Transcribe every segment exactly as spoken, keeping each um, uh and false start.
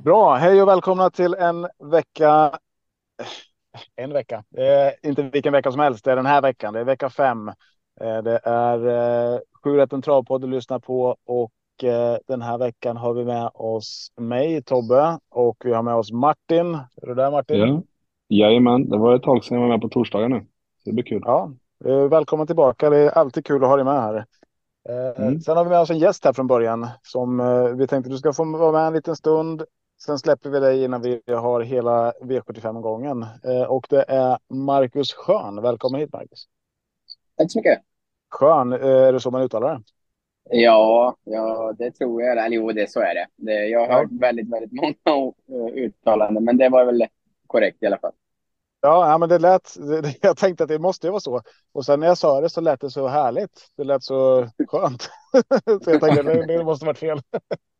Bra, hej och välkomna till en vecka. En vecka, det är inte vilken vecka som helst, det är den här veckan. Det är vecka fem. Eh, Det är eh, Sju rätt en travpodd att lyssna på och eh, den här veckan har vi med oss mig, Tobbe, och vi har med oss Martin. Är du där, Martin? Ja, jajamän. Det var ett tag sedan jag var med på torsdagar nu. Så det blir kul. Ja, eh, välkommen tillbaka. Det är alltid kul att ha dig med här. Eh, Mm. sen har vi med oss en gäst här från början som eh, vi tänkte du ska få vara med en liten stund. Sen släpper vi dig innan vi har hela V sjuttiofem-gången. Eh, och det är Marcus Schön. Välkommen hit, Marcus. Tack så mycket. Schön, eh, är det så man uttalar det? Ja, ja, det tror jag. Eller jo, det så är det. det. Jag har Ja. hört väldigt, väldigt många eh, uttalanden, men det var väl korrekt i alla fall. Ja, ja, men det lät, det, jag tänkte att det måste ju vara så. Och sen när jag sa det så lät det så härligt. Det lät så skönt. Så jag tänkte att det, det måste varit fel.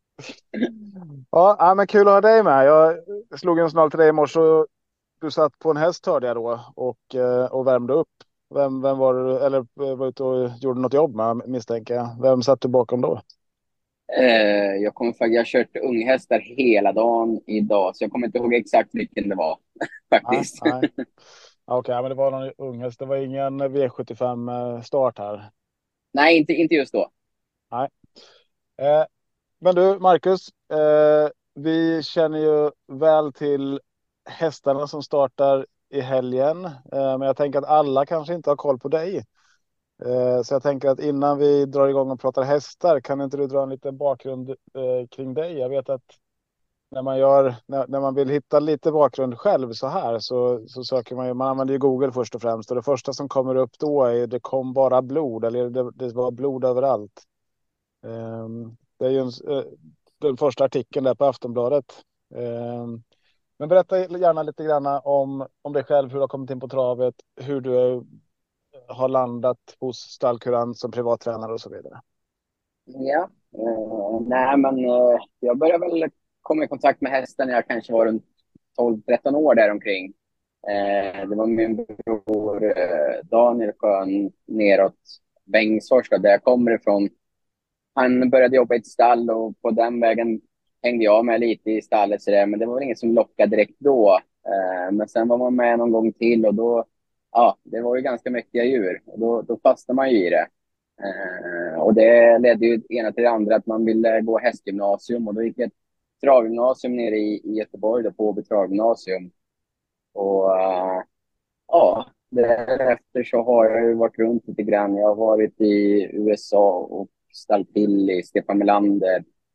Ja, ja, men kul att ha dig med. Jag slog en snar till dig i morse. Du satt på en häst hörde jag då och, eh, och värmde upp. Vem, vem var du, eller eh, var ute och gjorde något jobb med misstänker jag. Vem satt du bakom då? Eh, jag kommer faktiskt, jag har kört unghästar hela dagen idag, så jag kommer inte ihåg exakt vilken det var Nej, faktiskt. nej. Ja, okej, men det var någon unghäst. Det var ingen V sjuttiofem eh, start här. Nej, inte, inte just då. Nej. Eh, men du, Marcus, eh, vi känner ju väl till hästarna som startar i helgen. Eh, men jag tänker att alla kanske inte har koll på dig. Eh, Så jag tänker att innan vi drar igång och pratar hästar, kan inte du dra en liten bakgrund eh, kring dig? Jag vet att när man gör, när, när man vill hitta lite bakgrund själv så här så, så söker man ju, man använder ju Google först och främst och det första som kommer upp då är det kom bara blod eller det, det var blod överallt. Ehm, Det är ju en, eh, den första artikeln där på Aftonbladet. Ehm, Men berätta gärna lite grann om, om dig själv, hur du har kommit in på travet, hur du har landat hos Stallkurant som privattränare och så vidare. Ja, eh, nej men eh, jag började väl komma i kontakt med hästen när jag kanske var runt tolv tretton år däromkring. Eh, det var min bror eh, Daniel Schön neråt Bengtsfors, då, där jag kommer ifrån. Han började jobba i ett stall och på den vägen hängde jag med lite i stallet. Så där, men det var väl inget som lockade direkt då. Eh, men sen var man med någon gång till och då, ja, det var ju ganska mäktiga djur. Och då, då fastnade man ju i det. Eh, och det ledde ju ena till det andra att man ville gå hästgymnasium. Och då gick jag ett travgymnasium nere i, i Göteborg, då, på Åby travgymnasium. Och eh, ja, därefter så har jag ju varit runt lite grann. Jag har varit i U S A och ställt till i Stefan Melander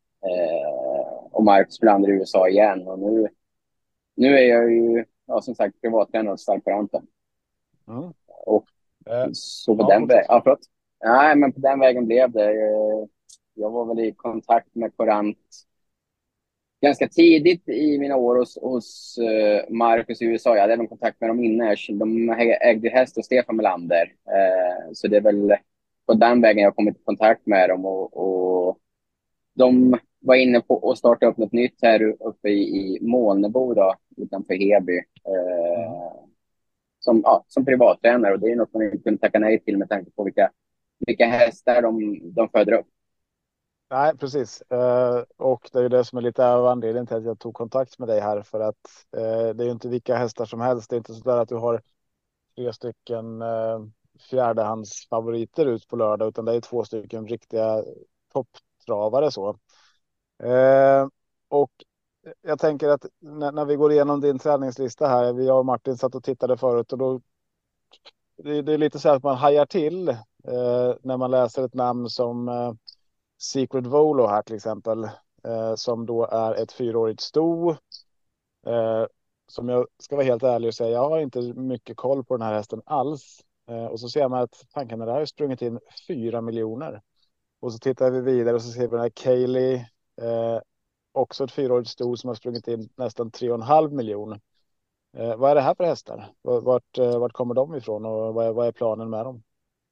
eh, och Marcus Melander i U S A igen. Och nu, nu är jag ju, ja, som sagt, privattränare hos Starkvaranta. Mm. Och Eh, så på ja, den vägen, fortsätt. ja, förlåt. Nej, men på den vägen blev det. Eh, Jag var väl i kontakt med Courant ganska tidigt i mina år hos, hos uh, Marcus i U S A. Jag hade även kontakt med dem innan. De ägde häst och Stefan Melander. Uh, så det är väl på den vägen jag har kommit i kontakt med dem. Och, och de var inne på att starta upp något nytt här uppe i, i Molnebo då, utanför Heby. Mm. Uh, som, ja, som privattränare. Och det är något man inte kunde tacka nej till med tanke på vilka, vilka hästar de, de föder upp. Nej, precis. Eh, och det är ju det som är lite av anledningen till att jag tog kontakt med dig här för att eh, det är ju inte vilka hästar som helst. Det är inte så där att du har tre stycken eh, fjärdehandsfavoriter ut på lördag utan det är två stycken riktiga topptravare så. Eh, och jag tänker att när, när vi går igenom din träningslista här, vi jag och Martin satt och tittade förut och då det, det är lite så här att man hajar till eh, när man läser ett namn som eh, Secret Volo här till exempel, eh, som då är ett fyraårigt sto. Eh, som jag ska vara helt ärlig och säga, jag har inte mycket koll på den här hästen alls. Eh, och så ser man att tanken är det här har sprungit in fyra miljoner. Och så tittar vi vidare och så ser vi den här Kaylee, eh, också ett fyraårigt sto som har sprungit in nästan tre och en halv miljon. Eh, vad är det här för hästar? Vart, eh, vart kommer de ifrån och vad är, vad är planen med dem?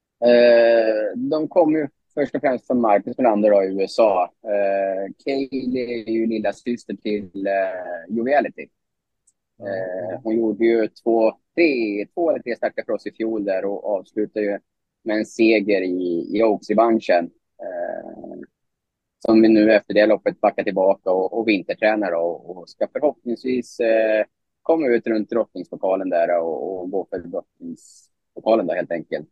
Eh, de kommer ju först och främst från Marcus Melander då, i U S A. Eh, Kaylee är ju lilla syster till eh, Joviality. Mm, Eh, mm, hon gjorde ju två, tre, två eller tre starter för oss i fjol där och avslutade ju med en seger i, i Oaks i bunchen. Eh, som vi nu efter det loppet backar tillbaka och, och vintertränar och, och ska förhoppningsvis eh, komma ut runt drottningspokalen där och, och gå för drottningspokalen där helt enkelt.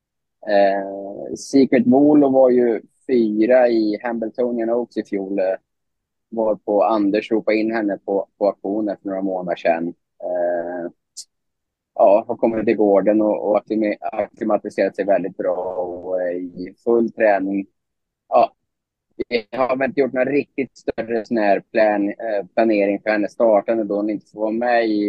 Eh, Secret Volo var ju fyra i Hambletonian Oaks i fjol. Eh, var på Anders ropade in henne på, på auktionen för några månader sedan. Eh, ja, har kommit till gården och, och akklimatiserat sig väldigt bra och är i full träning. Ja, vi har väl inte gjort någon riktigt större sån här plan, eh, planering för hennes startande då hon inte får vara med i,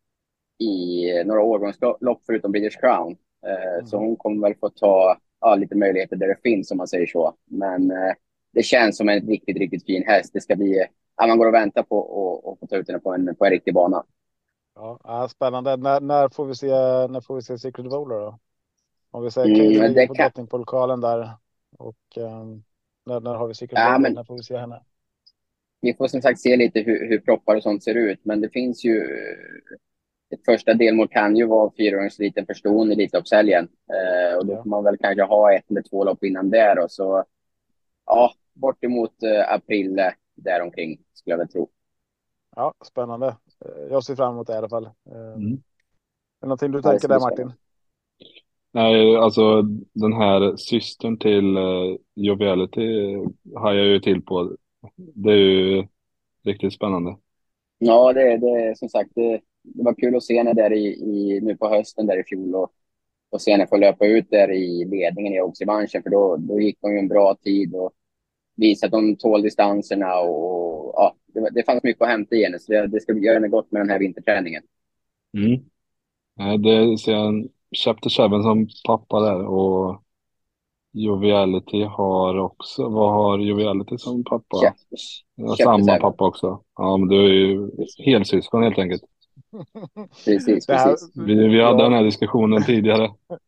i några årgångslopp förutom British Crown. Eh, Mm. Så hon kommer väl få ta ja, lite möjligheter där det finns om man säger så. Men eh, det känns som en riktigt, riktigt fin häst. Det ska bli, ja, man går och väntar på och, och få ta ut henne på en, på en riktig bana. Ja, ja, spännande. När, när får vi se när får vi se Secret Volo då? Om vi säger Mm, Kaeli men det på kan, Drottningpokalen där och um, när, när har vi Secret ja, Volo? men När får vi se henne? vi får som sagt se lite hur, hur proppar och sånt ser ut. Men det finns ju ett första delmål kan ju vara fyraåringsliten för ston i Elitloppshelgen. Eh, och då Ja, får man väl kanske ha ett eller två lopp innan där. Och så, ja, bortemot eh, april eh, däromkring skulle jag väl tro. ja, spännande. Eh, Jag ser fram emot det i alla fall. Um, Mm. är det någonting du Ja, det tänker ska där bli Martin? spännande. Nej, alltså den här systern till uh, Joviality har jag ju till på. Det är ju riktigt spännande. Ja, det, det som sagt, det, det var kul att se henne där i, i, nu på hösten där i fjol. Och, och se henne få löpa ut där i ledningen i Oxyvanchen. För då, då gick hon ju en bra tid och visade att hon tål distanserna. Och, och ja, det, det fanns mycket att hämta i henne. Så det, det ska göra henne gott med den här vinterträningen. Mm. Nej, det ser en Chapter Seven som pappa där och Joviality har också, vad har Joviality som pappa? Ja, Köpte samma även. pappa också. Ja, men du är ju helsyskon helt enkelt. Precis, Det här, precis. Vi, vi hade ja, den här diskussionen tidigare.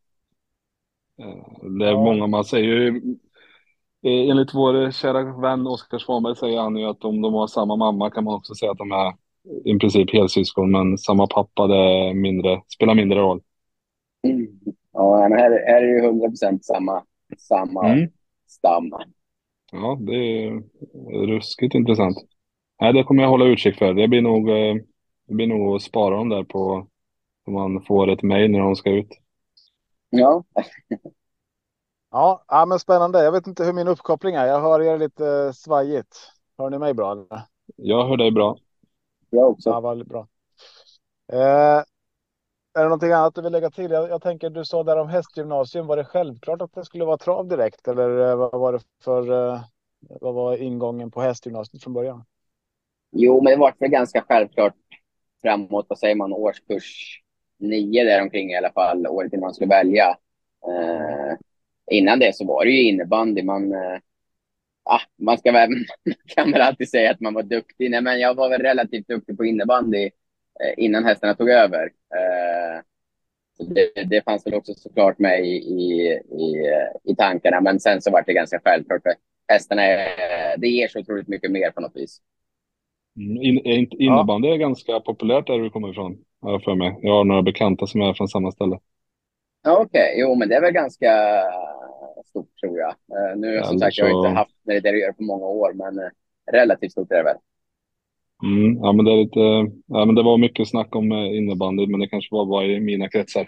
Eh, Det är ja, många, man säger ju, eh, enligt vår kära vän Oskar Svanberg säger han ju att om de har samma mamma kan man också säga att de är i princip helsyskon, men samma pappa det är mindre, spelar mindre roll. Mm. Ja, men här, här är det hundra procent samma, samma Mm. stam. Ja, det är ruskigt intressant. Nej, det kommer jag hålla utkik för. Det blir nog, eh, det blir nog att spara dem där på, så man får ett mejl när de ska ut. Ja, ja, ja, men spännande. Jag vet inte hur min uppkoppling är. Jag hör er lite svajigt. Hör ni mig bra? Eller? Jag hör dig bra. jag också. Ja, väldigt bra. Eh, är det någonting annat du vill lägga till? Jag, jag tänker du sa där om hästgymnasium. Var det självklart att det skulle vara trav direkt? Eller eh, vad var det för eh, vad var ingången på hästgymnasiet från början? Jo, men det var väl ganska självklart framåt, vad säger man, årskurs nio däromkring i alla fall, året innan man skulle välja. Mm. Eh, innan det så var det ju innebandy. Man, eh, ah, man ska väl, man kan väl alltid säga att man var duktig. Nej, men jag var väl relativt duktig på innebandy eh, innan hästarna tog över. Eh, så det, det fanns väl också såklart med i, i, i, i tankarna. Men sen så var det ganska självklart. För hästarna, är, det ger så otroligt mycket mer på något vis. Mm, In, är inte- Ja, innebandy är ganska populärt där du kommer ifrån, har jag för mig. Jag har några bekanta som är från samma ställe. Ja, okej. Okay. Jo, men det är väl ganska stort tror jag. Uh, nu som Eller sagt, jag har inte så, haft med det där att göra på många år, men uh, relativt stort är det väl. mm, ja men det är lite, ja men det var mycket snack om eh, innebandy, men det kanske var bara i mina kretsar.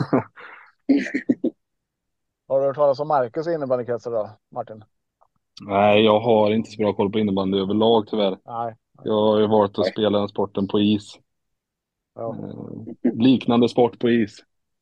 har du hört talas om Marcus i innebandykretsar då, Martin? Nej, jag har inte så bra koll på innebandy överlag tyvärr. Nej. Jag har ju valt att Oj. spela den sporten på is. Ja. Eh, liknande sport på is.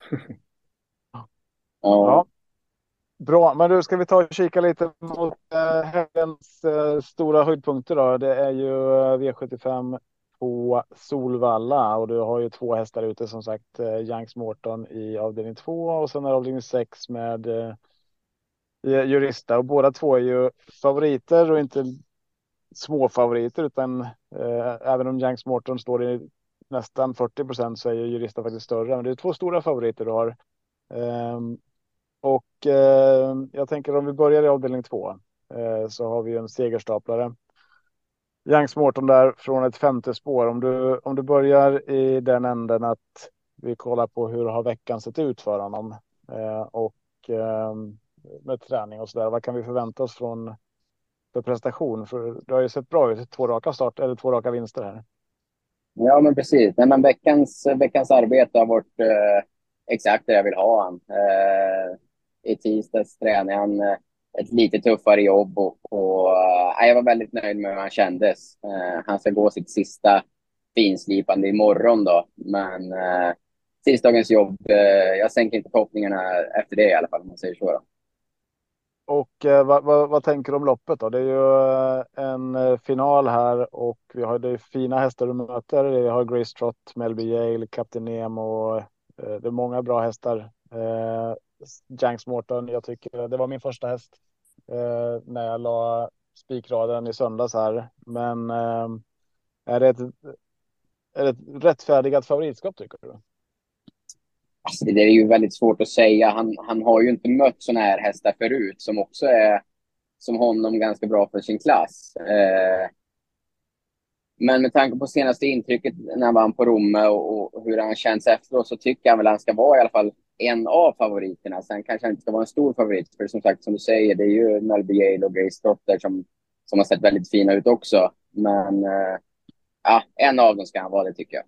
Ja. Ja, bra. Men du, ska vi ta och kika lite mot eh, helgens eh, stora höjdpunkter då. Det är ju eh, V sjuttiofem på Solvalla och du har ju två hästar ute som sagt. Eh, Janks Morton i avdelning två och sen är avdelning sex med eh, Jurista och båda två är ju favoriter och inte små favoriter utan eh, även om Janks Morton står i nästan fyrtio procent så är ju Jurista faktiskt större. Men det är två stora favoriter du har. Ehm, och eh, jag tänker om vi börjar i avdelning två eh, så har vi en segerstaplare. Janks Morton där från ett femte spår. Om du, om du börjar i den änden att vi kollar på hur har veckan sett ut för honom eh, och eh, med träning och så där. Vad kan vi förvänta oss från för prestation? För det har ju sett bra ut, två raka start eller två raka vinster här. Ja, men precis. Nej, men veckans, veckans arbete har varit eh, exakt det jag vill ha han. Eh, I tisdags tränade han eh, ett lite tuffare jobb och, och eh, jag var väldigt nöjd med hur han kändes. Eh, han ska gå sitt sista finslipande imorgon då, men eh, tisdagens jobb, eh, jag sänker inte förhoppningarna efter det i alla fall, om man säger så då. Och eh, vad, vad, vad tänker du om loppet då? Det är ju eh, en eh, final här och vi har det är fina hästar du möter. Vi har Grace Trott, Melby Yale, Captain Nemo. Eh, det är många bra hästar. Eh, Janks Morton, jag tycker det var min första häst eh, när jag la spikraden i söndags här. Men eh, är det ett, är det ett rättfärdigat favoritskap tycker du? Alltså, det är ju väldigt svårt att säga. Han, han har ju inte mött såna här hästar förut som också är som honom ganska bra för sin klass. Eh, men med tanke på senaste intrycket när han vann på Romme och, och hur han känns efteråt så tycker jag väl att han ska vara i alla fall en av favoriterna. Sen kanske han inte ska vara en stor favorit. För som sagt, som du säger, det är ju Melby Yale och Grace Trotter som, som har sett väldigt fina ut också. Men eh, ja, en av dem ska han vara, det tycker jag.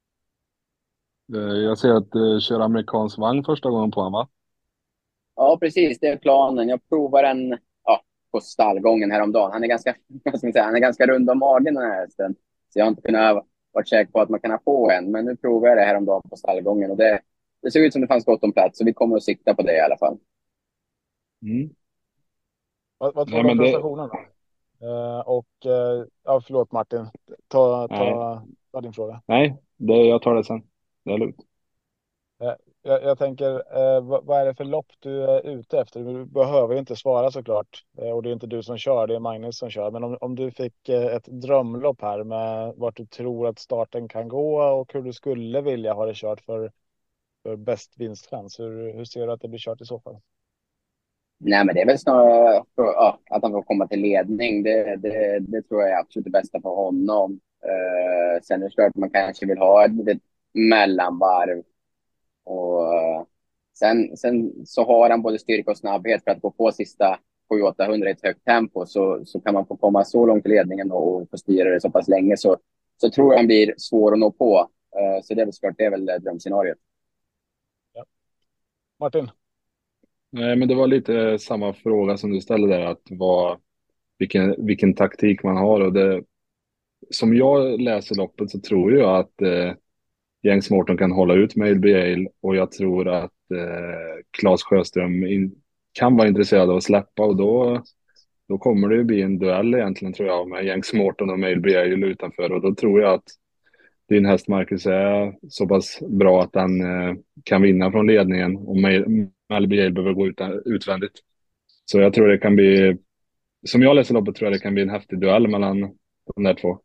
Eh, Jag ser att du kör amerikansk vagn första gången på honom, va? Ja, precis. Det är planen. Jag provar en ja, på stallgången häromdagen. Han är ganska, vad ska man säga, han är ganska rund om magen den här hästen. Så jag har inte kunnat vara säker på att man kan ha på en. Men nu provar jag det häromdagen på stallgången. Och det, det såg ut som det fanns gott om plats. Så vi kommer att sikta på det i alla fall. Mm. Vad, vad tror Nej, du om men det, prestationen då? Eh, och eh, ja, förlåt Martin. Ta, nej, ta, ta din fråga. nej det, jag tar det sen. Det är lugnt. Eh, Jag, jag tänker, eh, vad, vad är det för lopp du är ute efter? Du behöver ju inte svara såklart. Eh, och det är inte du som kör, det är Magnus som kör. Men om, om du fick eh, ett drömlopp här med vart du tror att starten kan gå och hur du skulle vilja ha det kört för, för bäst vinstchans. Hur, hur ser du att det blir kört i så fall? Nej, men det är väl snarare för, ja, att han får komma till ledning. Det, det, det tror jag är absolut det bästa för honom. Eh, sen är det klart att man kanske vill ha ett litet mellanvarv. Och eh, sen, sen så har han både styrka och snabbhet för att gå på sista sju åttahundra i ett högt tempo. Så, så kan man få komma så långt i ledningen och få styra det så pass länge. Så, så tror jag han blir svår att nå på. Eh, så det är väl klart, det är väl drömscenariot. Ja. Martin? Nej, men det var lite samma fråga som du ställde där, att vad, vilken, vilken taktik man har. Och det, som jag läser loppet så tror jag att eh, Jens Mårten kan hålla ut med Melby Yale och jag tror att eh, Claes Sjöström in, kan vara intresserad av att släppa och då, då kommer det ju bli en duell egentligen tror jag med Jens Mårten och Melby Yale utanför och då tror jag att din häst Marcus är så pass bra att den eh, kan vinna från ledningen och Melby Yale behöver gå ut, utvändigt. Så jag tror det kan bli, som jag läser loppet tror jag det kan bli en häftig duell mellan de där två.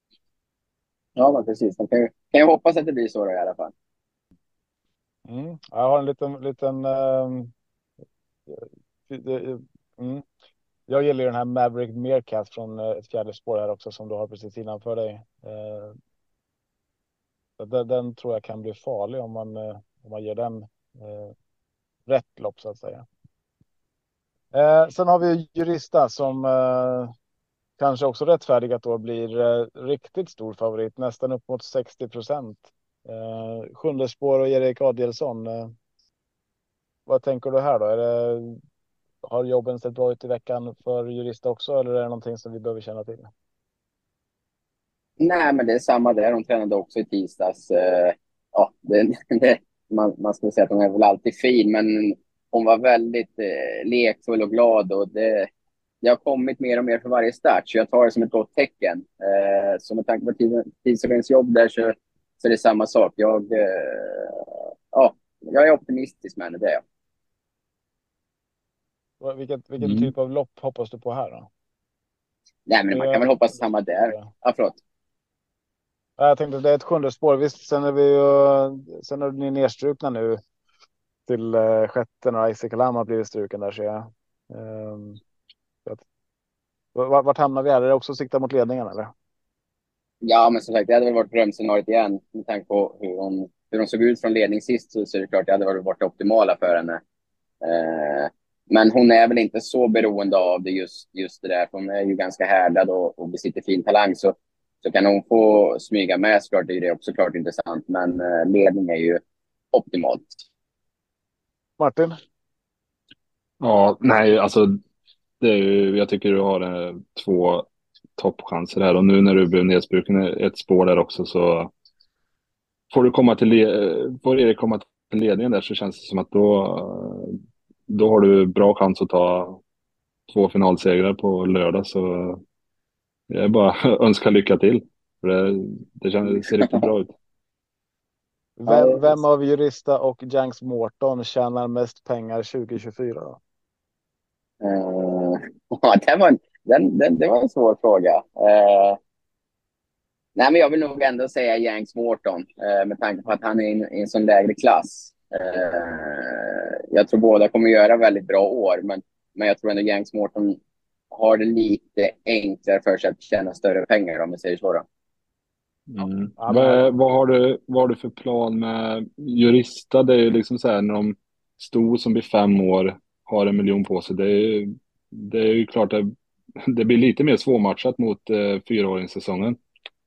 Ja, men precis. Man kan ju, kan ju hoppas att det blir så då, i alla fall. Mm. Jag har en liten, liten ehm, mm. Jag gillar ju den här Maverick Meerkat från eh, ett fjärde spår här också som du har precis innanför dig. Eh, den, den tror jag kan bli farlig om man, eh, om man ger den eh, rätt lopp så att säga. Eh, sen har vi Jurista som eh, kanske också rättfärdigat då blir eh, riktigt stor favorit, nästan upp mot sextio procent. Eh, sjunde spår och Erik Adielsson. Eh, vad tänker du här då? Är det, har jobben sett bra ut i veckan för Jurista också eller är det någonting som vi behöver känna till? Nej, men det är samma där. De tränade också i tisdags. Eh, ja, det, det, man, man skulle säga att hon är väl alltid fin, men hon var väldigt eh, lekfull och glad. Och det, det har kommit mer och mer för varje start, så jag tar det som ett gott tecken. Eh, så med tanke på tidsdagens jobb där så, så är det samma sak. Jag, eh, ja, jag är optimistisk med henne, det är jag. Vad- Vilket, vilken Mm. typ av lopp hoppas du på här då? Nej, men man kan väl hoppas samma där. Ja, förlåt. Ja, jag tänkte det är ett sjunde spår. Visst, sen är vi ju, sen är ni nedstrukna nu till eh, sjätte när Isaac Lam har blivit struken där ser jag. Um, så att, vart, vart hamnar vi här? Är det också sikta mot ledningen eller? Ja, men som sagt, det hade väl varit drömscenariot igen. Med tanke på hur hon, hur hon såg ut från ledning sist så, så är det klart det hade varit, varit det optimala för henne. Eh, Men hon är väl inte så beroende av det just, just det där. Hon är ju ganska härdad och, och besitter fin talang. Så, så kan hon få smyga med så klart är det också klart intressant. Men eh, ledning är ju optimalt. Martin? Ja, nej, alltså det är ju, jag tycker du har eh, två toppchanser här och nu när du blev nedsprucken i ett spår där också så får du komma till, le- får Erik komma till ledningen där så känns det som att då, eh, då har du bra chans att ta två finalsegrar på lördag så jag är bara önska lycka till. För det, det, känns, det ser riktigt bra ut. Vem, vem av Jurista och Janks Morton tjänar mest pengar tjugo tjugofyra då? Uh, ja, det var, en, den, den, det var en svår fråga. Uh, nej, men jag vill nog ändå säga Janks Morton uh, med tanke på att han är i en, i en sån lägre klass. Uh, jag tror båda kommer göra väldigt bra år, men, men jag tror ändå Janks Morton har det lite enklare för sig att tjäna större pengar om man säger så. Då. Mm. Ja, Vad, men, är- vad, har du, vad har du för plan med Jurista? Det är ju liksom så här när de stor som blir fem år har en miljon på sig. Det är, ju- det är ju klart att det blir lite mer svårmatchat mot eh, fyraåringssäsongen.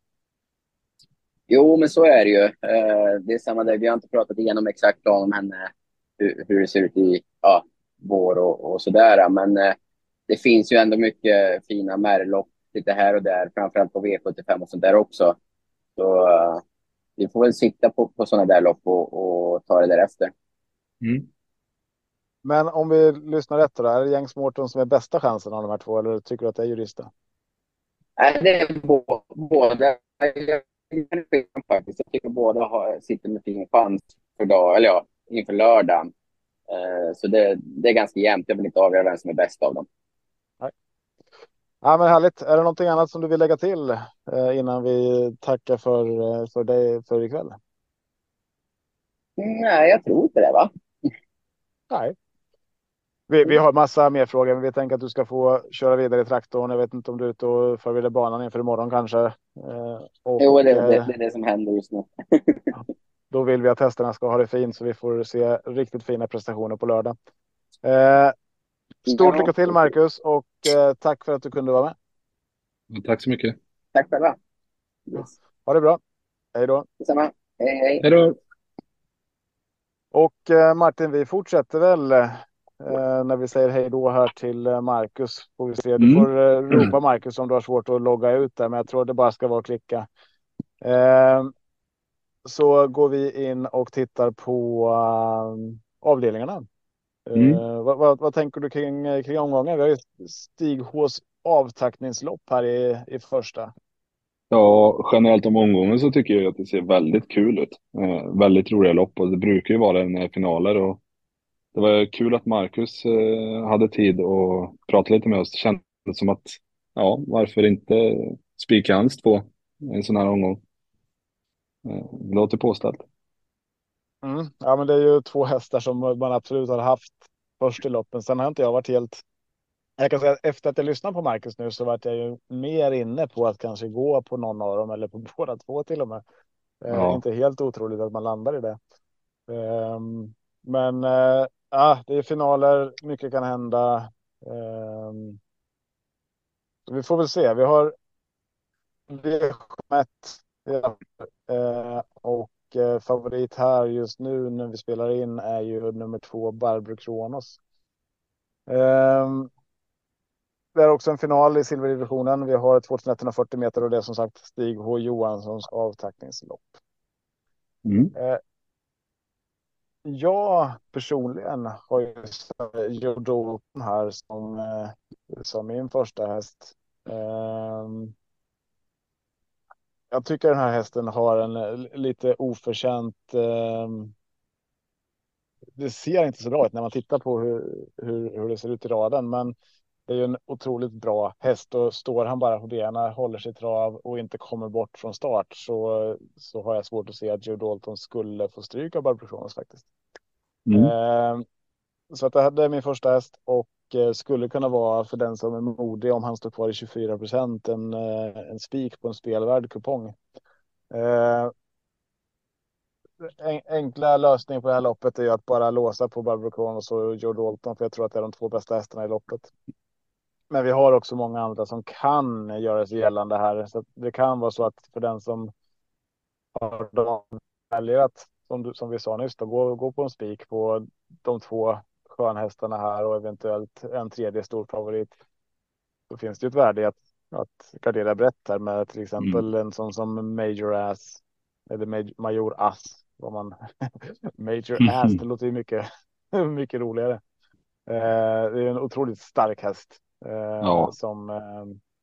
Jo, men så är det ju. Uh, det är samma där. Vi har inte pratat igenom exakt plan om henne, hur, hur det ser ut i ja, vår och, och sådär. Men uh, det finns ju ändå mycket fina märlopp lite här och där, framförallt på V sjuttiofem och sånt där också. Så uh, vi får väl sitta på, på sådana där lopp och, och ta det därefter. Mm. men om vi lyssnar rätt då, är det Janks Morton som är bästa chansen av de här två eller tycker du att det är Jurista? Nej, det är bå- båda. Jag, faktiskt. Jag tycker båda har, sitter med fin chans för dag, eller ja, inför lördagen. Uh, så det, det är ganska jämnt. Jag vill inte avgöra vem som är bäst av dem. Nej. Ja, men härligt. Är det någonting annat som du vill lägga till eh, innan vi tackar för, eh, för dig för ikväll? Nej, jag tror inte det, va? Nej. Vi, vi har massa mer frågor, men vi tänker att du ska få köra vidare i traktorn. Jag vet inte om du är ute och för vidare banan inför imorgon kanske. Eh, och Jo, det, det, eh, det är det som händer just nu. då vill vi att hästarna ska ha det fint så vi får se riktigt fina prestationer på lördag. Eh, stort Ja, lycka till Marcus och eh, tack för att du kunde vara med. Tack så mycket. tack själva. Ja. Yes. Ha det bra. Hej då. Detsamma. Hej, hej. Hej då! Och eh, Martin, vi fortsätter väl eh, när vi säger hej då här till eh, Marcus. Får vi se. Du Mm. får eh, ropa Marcus om du har svårt att logga ut där, men jag tror det bara ska vara att klicka. Eh, så går vi in och tittar på uh, avdelningarna. Mm. Uh, vad, vad, vad tänker du kring, kring omgången? Vi har ju Stig Hs avtackningslopp här i, i första. Ja, generellt om omgången så tycker jag att det ser väldigt kul ut. Eh, väldigt roliga lopp och det brukar ju vara en finaler och det var kul att Marcus eh, hade tid att prata lite med oss. Det kändes som att, ja, varför inte spika hans två i en sån här omgång. Eh, det låter påställt. Mm. Ja, men det är ju två hästar som man absolut har haft först i loppen. Sen har inte jag varit helt. Jag kan säga att efter att jag lyssnat på Marcus nu så vart jag ju mer inne på att kanske gå på någon av dem eller på båda två till och med. Eh, Ja. inte helt otroligt att man landar i det. Eh, men eh, ja, det är finaler. Mycket kan hända. Eh, vi får väl se. Vi har V sjuttioett ja, eh, och eh, favorit här just nu när vi spelar in är ju nummer två Barbro Kronos. Eh, Det är också en final i silverdivisionen. Vi har tjugoett fyrtio meter och det är som sagt Stig H Johanssons avtackningslopp. Mm. Eh, jag personligen har ju Joe Dalton här som, eh, som min första häst. Eh, jag tycker den här hästen har en eh, lite oförtjänt. Eh, det ser inte så bra ut när man tittar på hur, hur, hur det ser ut i raden, men det är ju en otroligt bra häst och står han bara på benen, håller sig trav och inte kommer bort från start så, så har jag svårt att se att Joe Dalton skulle få stryk av Barbro Kronos faktiskt. Mm. Eh, så att det här är min första häst och eh, skulle kunna vara för den som är modig om han står kvar i tjugofyra procent en, eh, en spik på en spelvärd kupong. Eh, en, enkla lösningen på det här loppet är ju att bara låsa på Barbro Kronos och Joe Dalton, för jag tror att det är de två bästa hästarna i loppet. Men vi har också många andra som kan göra sig gällande här. Så det kan vara så att för den som har de väljer att, som, du, som vi sa nyss, då, gå, gå på en spik på de två skönhästarna här och eventuellt en tredje stor favorit. Då finns det ju ett värde i att, att gardera brett här med till exempel Mm. en sån som Major Ass. Eller Major, Major Ass. Vad man, Major Ass, det låter ju mycket, mycket roligare. Eh, det är en otroligt stark häst. Eh, Ja. som, eh,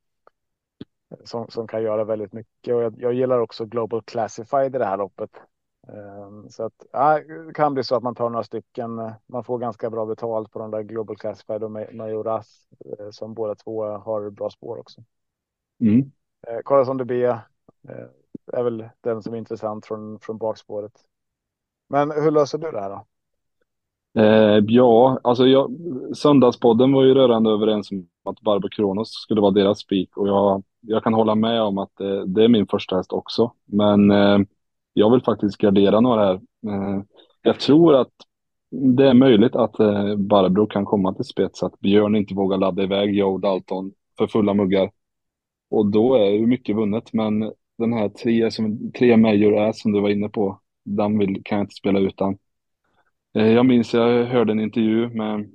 som, som kan göra väldigt mycket. Och jag, jag gillar också Global Classified i det här loppet. Eh, så att, ja, det kan bli så att man tar några stycken. Man får ganska bra betalt på de där Global Classified och Majoras, eh, som båda två har bra spår också. Mm. Eh, Corazon de B eh, är väl den som är intressant från, från bakspåret. Men hur löser du det här då? Eh, ja, alltså jag, söndagspodden var ju rörande överens om att Barbro Kronos skulle vara deras spik, och jag, jag kan hålla med om att eh, det är min första häst också. Men eh, jag vill faktiskt gardera några här. Eh, jag tror att det är möjligt att eh, Barbro kan komma till spets, att Björn inte vågar ladda iväg Joe Dalton för fulla muggar. Och då är ju mycket vunnet, men den här tre, som, tre Major är som du var inne på, den vill, kan jag inte spela utan. Eh, Jag minns, jag hörde en intervju med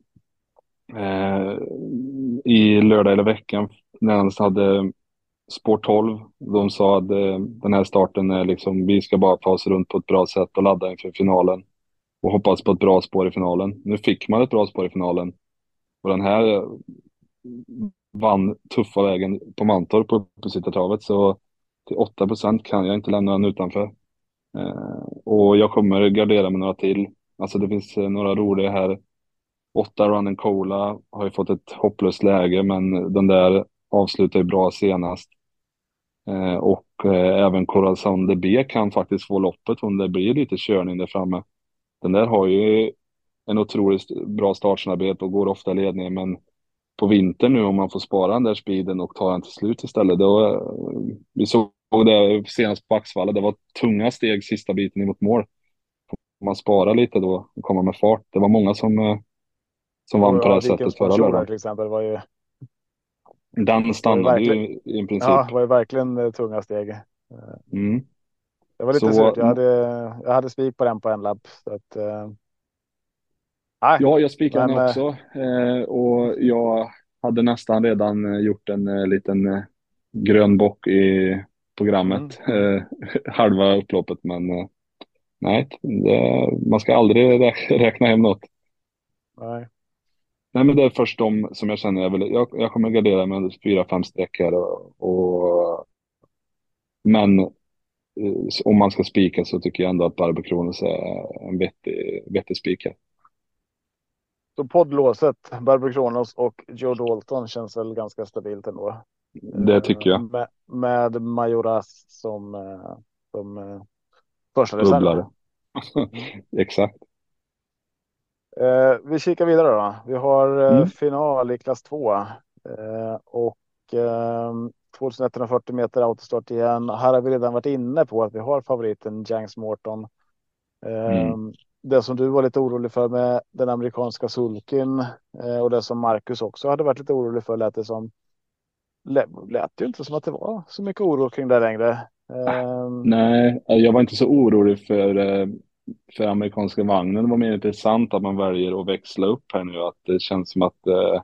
eh, i lördag eller veckan när han hade Sport tolv. De sa att eh, den här starten är liksom, vi ska bara ta oss runt på ett bra sätt och ladda inför finalen och hoppas på ett bra spår i finalen. Nu fick man ett bra spår i finalen, och den här eh, vann tuffa vägen på Mantorp på uppesittartravet, så till åtta procent kan jag inte lämna den utanför. Eh, och jag kommer gardera med några till. Alltså det finns eh, några roliga här. Åtta Running Cola har ju fått ett hopplöst läge, men den där avslutar ju bra senast. Eh, och eh, även Corazon de B kan faktiskt få loppet om det blir lite körning där framme. Den där har ju en otroligt bra startsamarbete och går ofta i ledningen, men på vintern nu, om man får spara den där speeden och ta den till slut istället, då, eh, vi såg det senast på Axvalla, det var tunga steg sista biten emot mål. Om man sparar lite då och kommer med fart. Det var många som eh, som Och vann på det ja, här Vikens sättet förra Sponsorer lördagen. till exempel var ju, Den var ju stannade verkligen, ju i princip. ja, var ju verkligen eh, tunga steg. Eh, Mm. Det var lite Så surt. Jag hade, jag hade spik på den på en lapp. Så att, eh, nej, ja, jag spikade men den eh, också. Eh, och jag hade nästan redan eh, gjort en eh, liten eh, grön bock i mm, programmet. Eh, halva upploppet, men eh, nej, det, man ska aldrig rä- räkna hem något. nej. Nej, men det är först de som jag känner jag vill. Jag, jag kommer gardera med fyra, fem streck här. Och, och, men eh, om man ska spika så tycker jag ändå att Barbro Kronos är en vettig, vettig spik här. Så poddlåset, Barbro Kronos och Joe Dalton känns väl ganska stabilt ändå. Det tycker Eh, jag. med, med Majoras som, eh, som eh, första reserv. Bubblare. Mm. Exakt. Eh, vi kikar vidare då. Vi har eh, Mm. final i klass två. Eh, och eh, tjugoett fyrtio meter autostart igen. Här har vi redan varit inne på att vi har favoriten Janks Morton. Eh, Mm. det som du var lite orolig för med den amerikanska sulken eh, och det som Marcus också hade varit lite orolig för, lät det som. Lät, lät ju inte som att det var så mycket oro kring det längre. Eh, Nej, jag var inte så orolig för, eh, för amerikanska vagnen. Det var mer intressant att man väljer att växla upp här nu. Att det känns som att eh,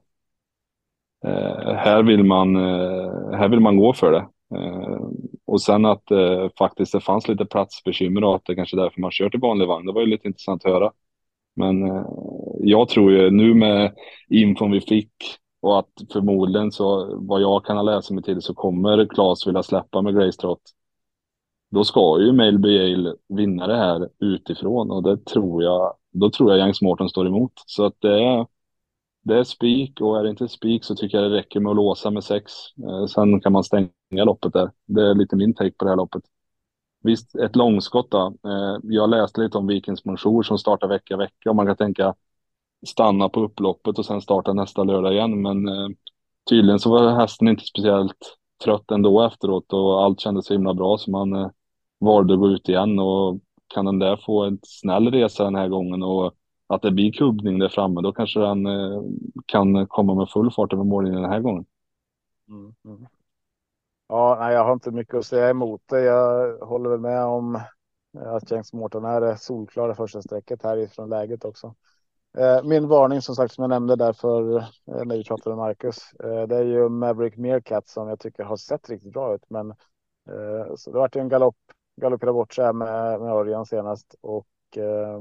eh, här vill man, eh, här vill man gå för det. Eh, och sen att eh, faktiskt det fanns lite platsbekymmer och att det kanske är därför man kört i vanlig vagn. Det var ju lite intressant att höra. Men eh, jag tror ju nu med infon vi fick och att förmodligen så vad jag kan läsa mig till så kommer Claes vilja släppa med Grace Trott. Då ska ju Melby Yale vinna det här utifrån, och det tror jag, då tror jag Janks Morton står emot. Så att det är, det är spik, och är det inte spik så tycker jag det räcker med att låsa med sex. Eh, sen kan man stänga loppet där. Det är lite min take på det här loppet. Visst, ett långskott då. Eh, jag läste lite om Vikens Bonjour som startar vecka vecka, och man kan tänka stanna på upploppet och sen starta nästa lördag igen. Men eh, tydligen så var hästen inte speciellt trött ändå efteråt, och allt kändes så himla bra så man eh, valde att gå ut igen. Och kan den där få en snäll resa den här gången och att det blir kubbning där framme, då kanske den eh, kan komma med full fart över mållinjen den här gången. Mm, mm. Ja, nej, jag har inte mycket att säga emot det. Jag håller väl med om att James Morton är det solklara första strecket här ifrån läget också. Eh, min varning som sagt som jag nämnde där för eh, när vi pratade med Marcus, eh, det är ju Maverick Meerkat som jag tycker har sett riktigt bra ut, men eh, så det vart ju en galopp, galopperade bort sig här med, med Örjan senast och eh,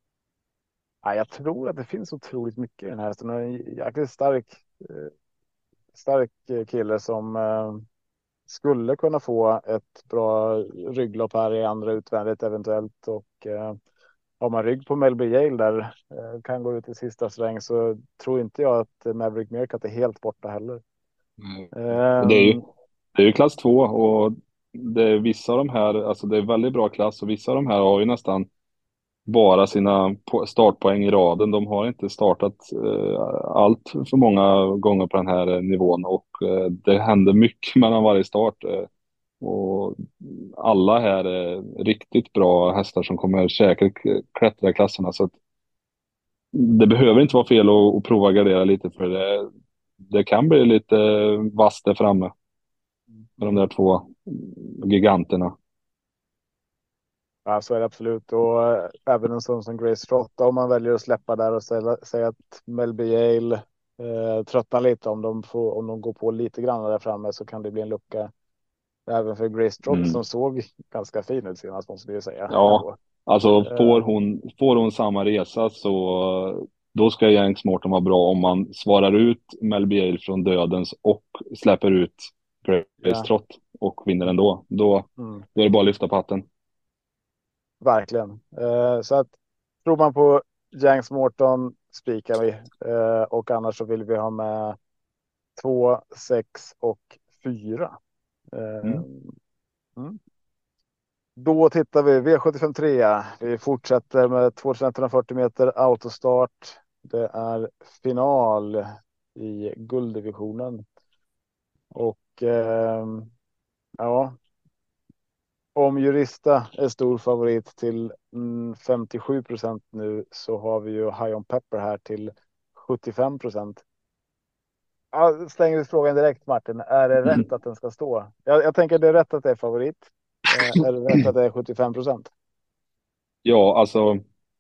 ja, jag tror att det finns otroligt mycket i den här hästen. En jäkligt stark, eh, stark kille som eh, skulle kunna få ett bra rygglopp här i andra utvändigt eventuellt och eh, har man rygg på Melby Yale där eh, kan gå ut i sista sväng så tror inte jag att Maverick Meerkat är helt borta heller. Och det är ju, Um, det är ju klass två och det är vissa av de här, alltså det är väldigt bra klass och vissa av de här har ju nästan bara sina po- startpoäng i raden. De har inte startat eh, allt för många gånger på den här eh, nivån och eh, det händer mycket mellan varje start. Eh, och alla här är riktigt bra hästar som kommer säkert k- klättra i klasserna. Så att det behöver inte vara fel att, att prova att gardera lite för det, det kan bli lite vasst där framme med de där två giganterna. ja, så är det absolut. Och eh, även en sån som Grace Trott, om man väljer att släppa där och säga, säga att Melby Yale eh, tröttnar lite om de, får, om de går på lite grann där framme så kan det bli en lucka även för Grace Trott Mm. som såg ganska fin ut senast måste vi ju säga. Ja, Ändå. alltså får Eh, hon, får hon samma resa så då ska Janks Morton vara bra om man svarar ut Melby Yale från dödens och släpper ut Grace ja. Trott och vinner ändå. Då, Mm. då är det bara att lyfta på hatten. Verkligen. Eh, så att tror man på Janks Morton spikar vi eh, och annars så vill vi ha med två, sex och fyra. Eh, Mm. mm. Då tittar vi V sjuttiofem tre. Vi fortsätter med tvåtusen meter autostart. Det är final i gulddivisionen. Och eh, ja, om Jurista är stor favorit till mm, femtiosju procent nu så har vi ju High on Pepper här till sjuttiofem procent. Ja, slänger ut frågan direkt Martin. Är det rätt att den ska stå? Jag, jag tänker det är rätt att det är favorit. Eh, är det rätt att det är sjuttiofem procent? Ja, alltså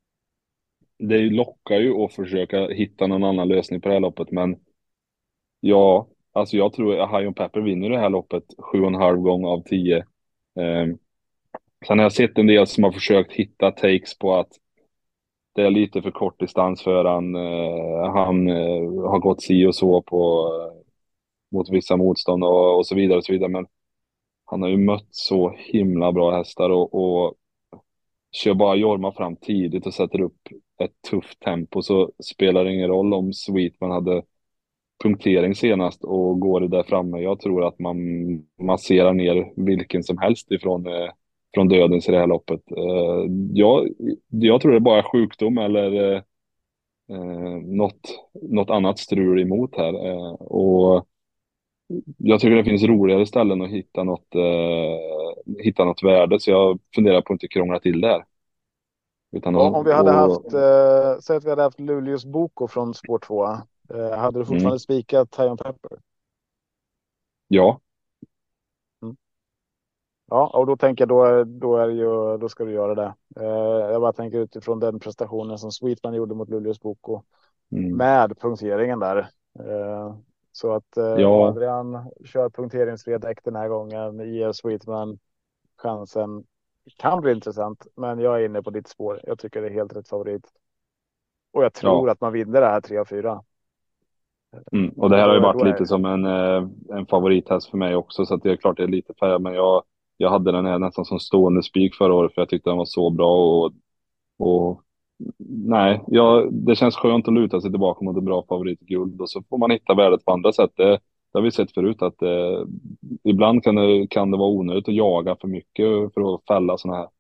det lockar ju att försöka hitta någon annan lösning på det här loppet, men ja, alltså jag tror att High on Pepper vinner det här loppet sju och en halv gång av tio. Eh, sen har jag sett en del som har försökt hitta takes på att det är lite för kort distans för han. Eh, han eh, har gått si och så på eh, mot vissa motstånd och, och så vidare och så vidare. Men han har ju mött så himla bra hästar och, och kör bara Jorma fram tidigt och sätter upp ett tufft tempo så spelar det ingen roll om Sweetman hade punktering senast och går det där framme. Jag tror att man masserar ner vilken som helst ifrån eh, från dödens i det här loppet. Eh, jag, jag tror det är bara sjukdom eller eh, eh, något, något annat strul emot här. Eh, och jag tycker det finns roligare ställen att hitta något, eh, hitta något värde, så jag funderar på att inte krångla till det här. Utan att, Och om vi hade och, haft, eh, säg att vi hade haft Luleås Boko från spår två. Eh, hade du mm, fortfarande spikat High on Pepper? ja, Mm. Ja, och då tänker jag då, då är det ju, då ska du göra det. Eh, jag bara tänker utifrån den prestationen som Sweetman gjorde mot Luleås Boko mm, med punkteringen där. Eh, så att eh, ja, Adrian kör punkteringsfri däck den här gången, ger Sweetman chansen. Kan bli intressant, men jag är inne på ditt spår. Jag tycker det är helt rätt favorit. Och jag tror ja. att man vinner det här tre av fyra. Mm. Och det Och här har då, ju är- varit då är lite som en, eh, en favorithäst för mig också, så att det är klart det är lite färg, men jag, jag hade den här nästan som stående spik förra året för jag tyckte den var så bra och, och nej, jag, det känns skönt att luta sig tillbaka mot en bra favorit i guld och så får man hitta värdet på andra sätt. Det, det har vi sett förut att eh, ibland kan det, kan det vara onödigt att jaga för mycket för att fälla sådana här.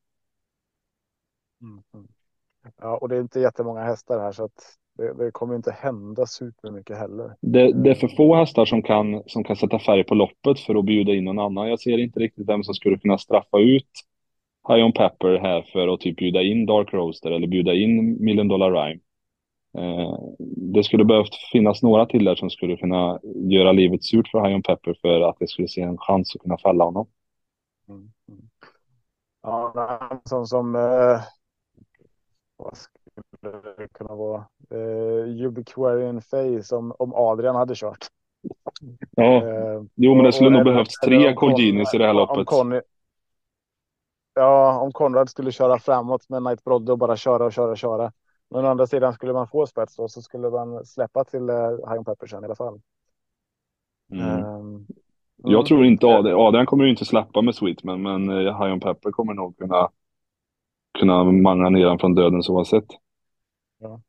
Mm. Mm. Ja, och det är inte jättemånga hästar här så att det, det kommer inte hända supermycket heller. Det, det är för Eh, få hästar som kan, som kan sätta färg på loppet för att bjuda in någon annan. Jag ser inte riktigt vem som skulle kunna straffa ut High on Pepper här för att typ bjuda in Dark Roaster eller bjuda in Million Dollar Rhyme. Eh, det skulle behövt finnas några till där som skulle kunna göra livet surt för High on Pepper för att det skulle se en chans att kunna fälla honom. Mm. Mm. Ja, som, som eh, vad skulle det kunna vara? Eh, Ubiquarian Face om, om Adrian hade kört. Ja, Eh, jo men det och, skulle och, nog eller, behövts eller tre om Con, Colginis i det här om loppet. Conny, ja, om Konrad skulle köra framåt med Knight Brodde och bara köra och köra och köra. Men å andra sidan skulle man få spets då, så skulle man släppa till eh, High on Pepper sen i alla fall. Mm. Um, Jag mm. tror inte Adrian, Adrian kommer ju inte släppa med Sweetman, men eh, High on Pepper kommer nog kunna, kunna manga ner den från dödens oavsett. Ja,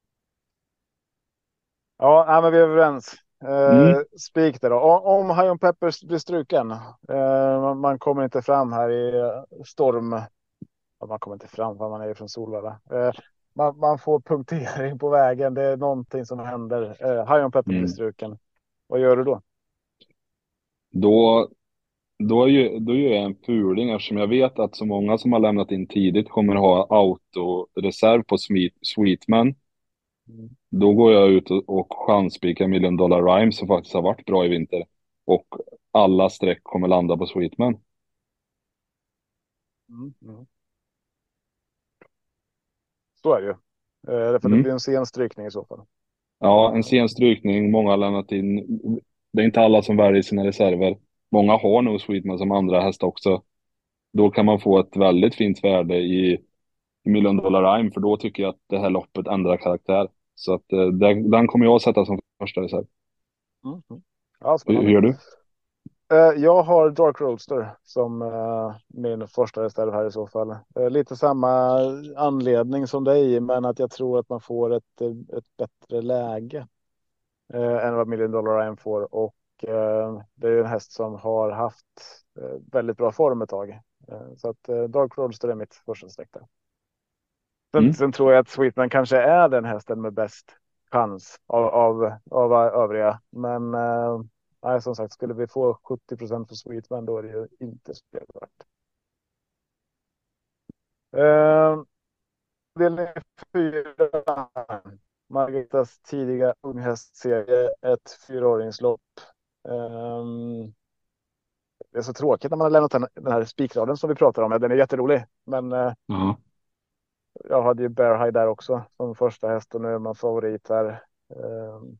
ja nej, men vi är överens. Mm. Uh, spik det då. O- Om High on Pepper blir struken, uh, man, man kommer inte fram här i uh, storm. Ja, man kommer inte fram för man är från Solvalla. Uh, man, man får punktering på vägen. Det är någonting som händer. Uh, High on Pepper blir Mm. struken. Vad gör du då? Då, då, gör, då gör jag en fuling eftersom jag vet att så många som har lämnat in tidigt kommer ha autoreserv på Sweet, Sweetman. Mm. Då går jag ut och, och chanspikar Million Dollar Rhyme som faktiskt har varit bra i vinter. Och alla streck kommer landa på Sweetman. Mm. Mm. Så är det ju. Eh, därför det Mm. blir en sen strykning i så fall. Ja, en sen strykning. Många har lämnat in. Det är inte alla som väljer sina reserver. Många har nog Sweetman som andra häst också. Då kan man få ett väldigt fint värde i Million Dollar Rhyme, för då tycker jag att det här loppet ändrar karaktär. Så att eh, den, den kommer jag att sätta som första reserv. Mm. Mm. Ja, Hur, hur spännande. gör du? Eh, jag har Dark Roadster som eh, min första reserv här i så fall. Eh, lite samma anledning som dig, men att jag tror att man får ett, eh, ett bättre läge eh, än vad Million Dollar Rhyme får. Och eh, det är ju en häst som har haft eh, väldigt bra form ett tag. Eh, så att eh, Dark Roadster är mitt första streck där. Sen, Mm. sen tror jag att Sweetman kanske är den hästen med bäst chans av, av, av övriga. Men eh, nej, som sagt, skulle vi få sjuttio procent för Sweetman, då är det ju inte spelvärt. Eh, del fyra. Margaritas tidiga unghästserie, ett fyraåringslopp. Eh, det är så tråkigt när man har lämnat den, den här spikraden som vi pratar om. Den är jätterolig, men eh, Ja. jag hade ju Bear High där också som första häst och nu är man favorit här. Um,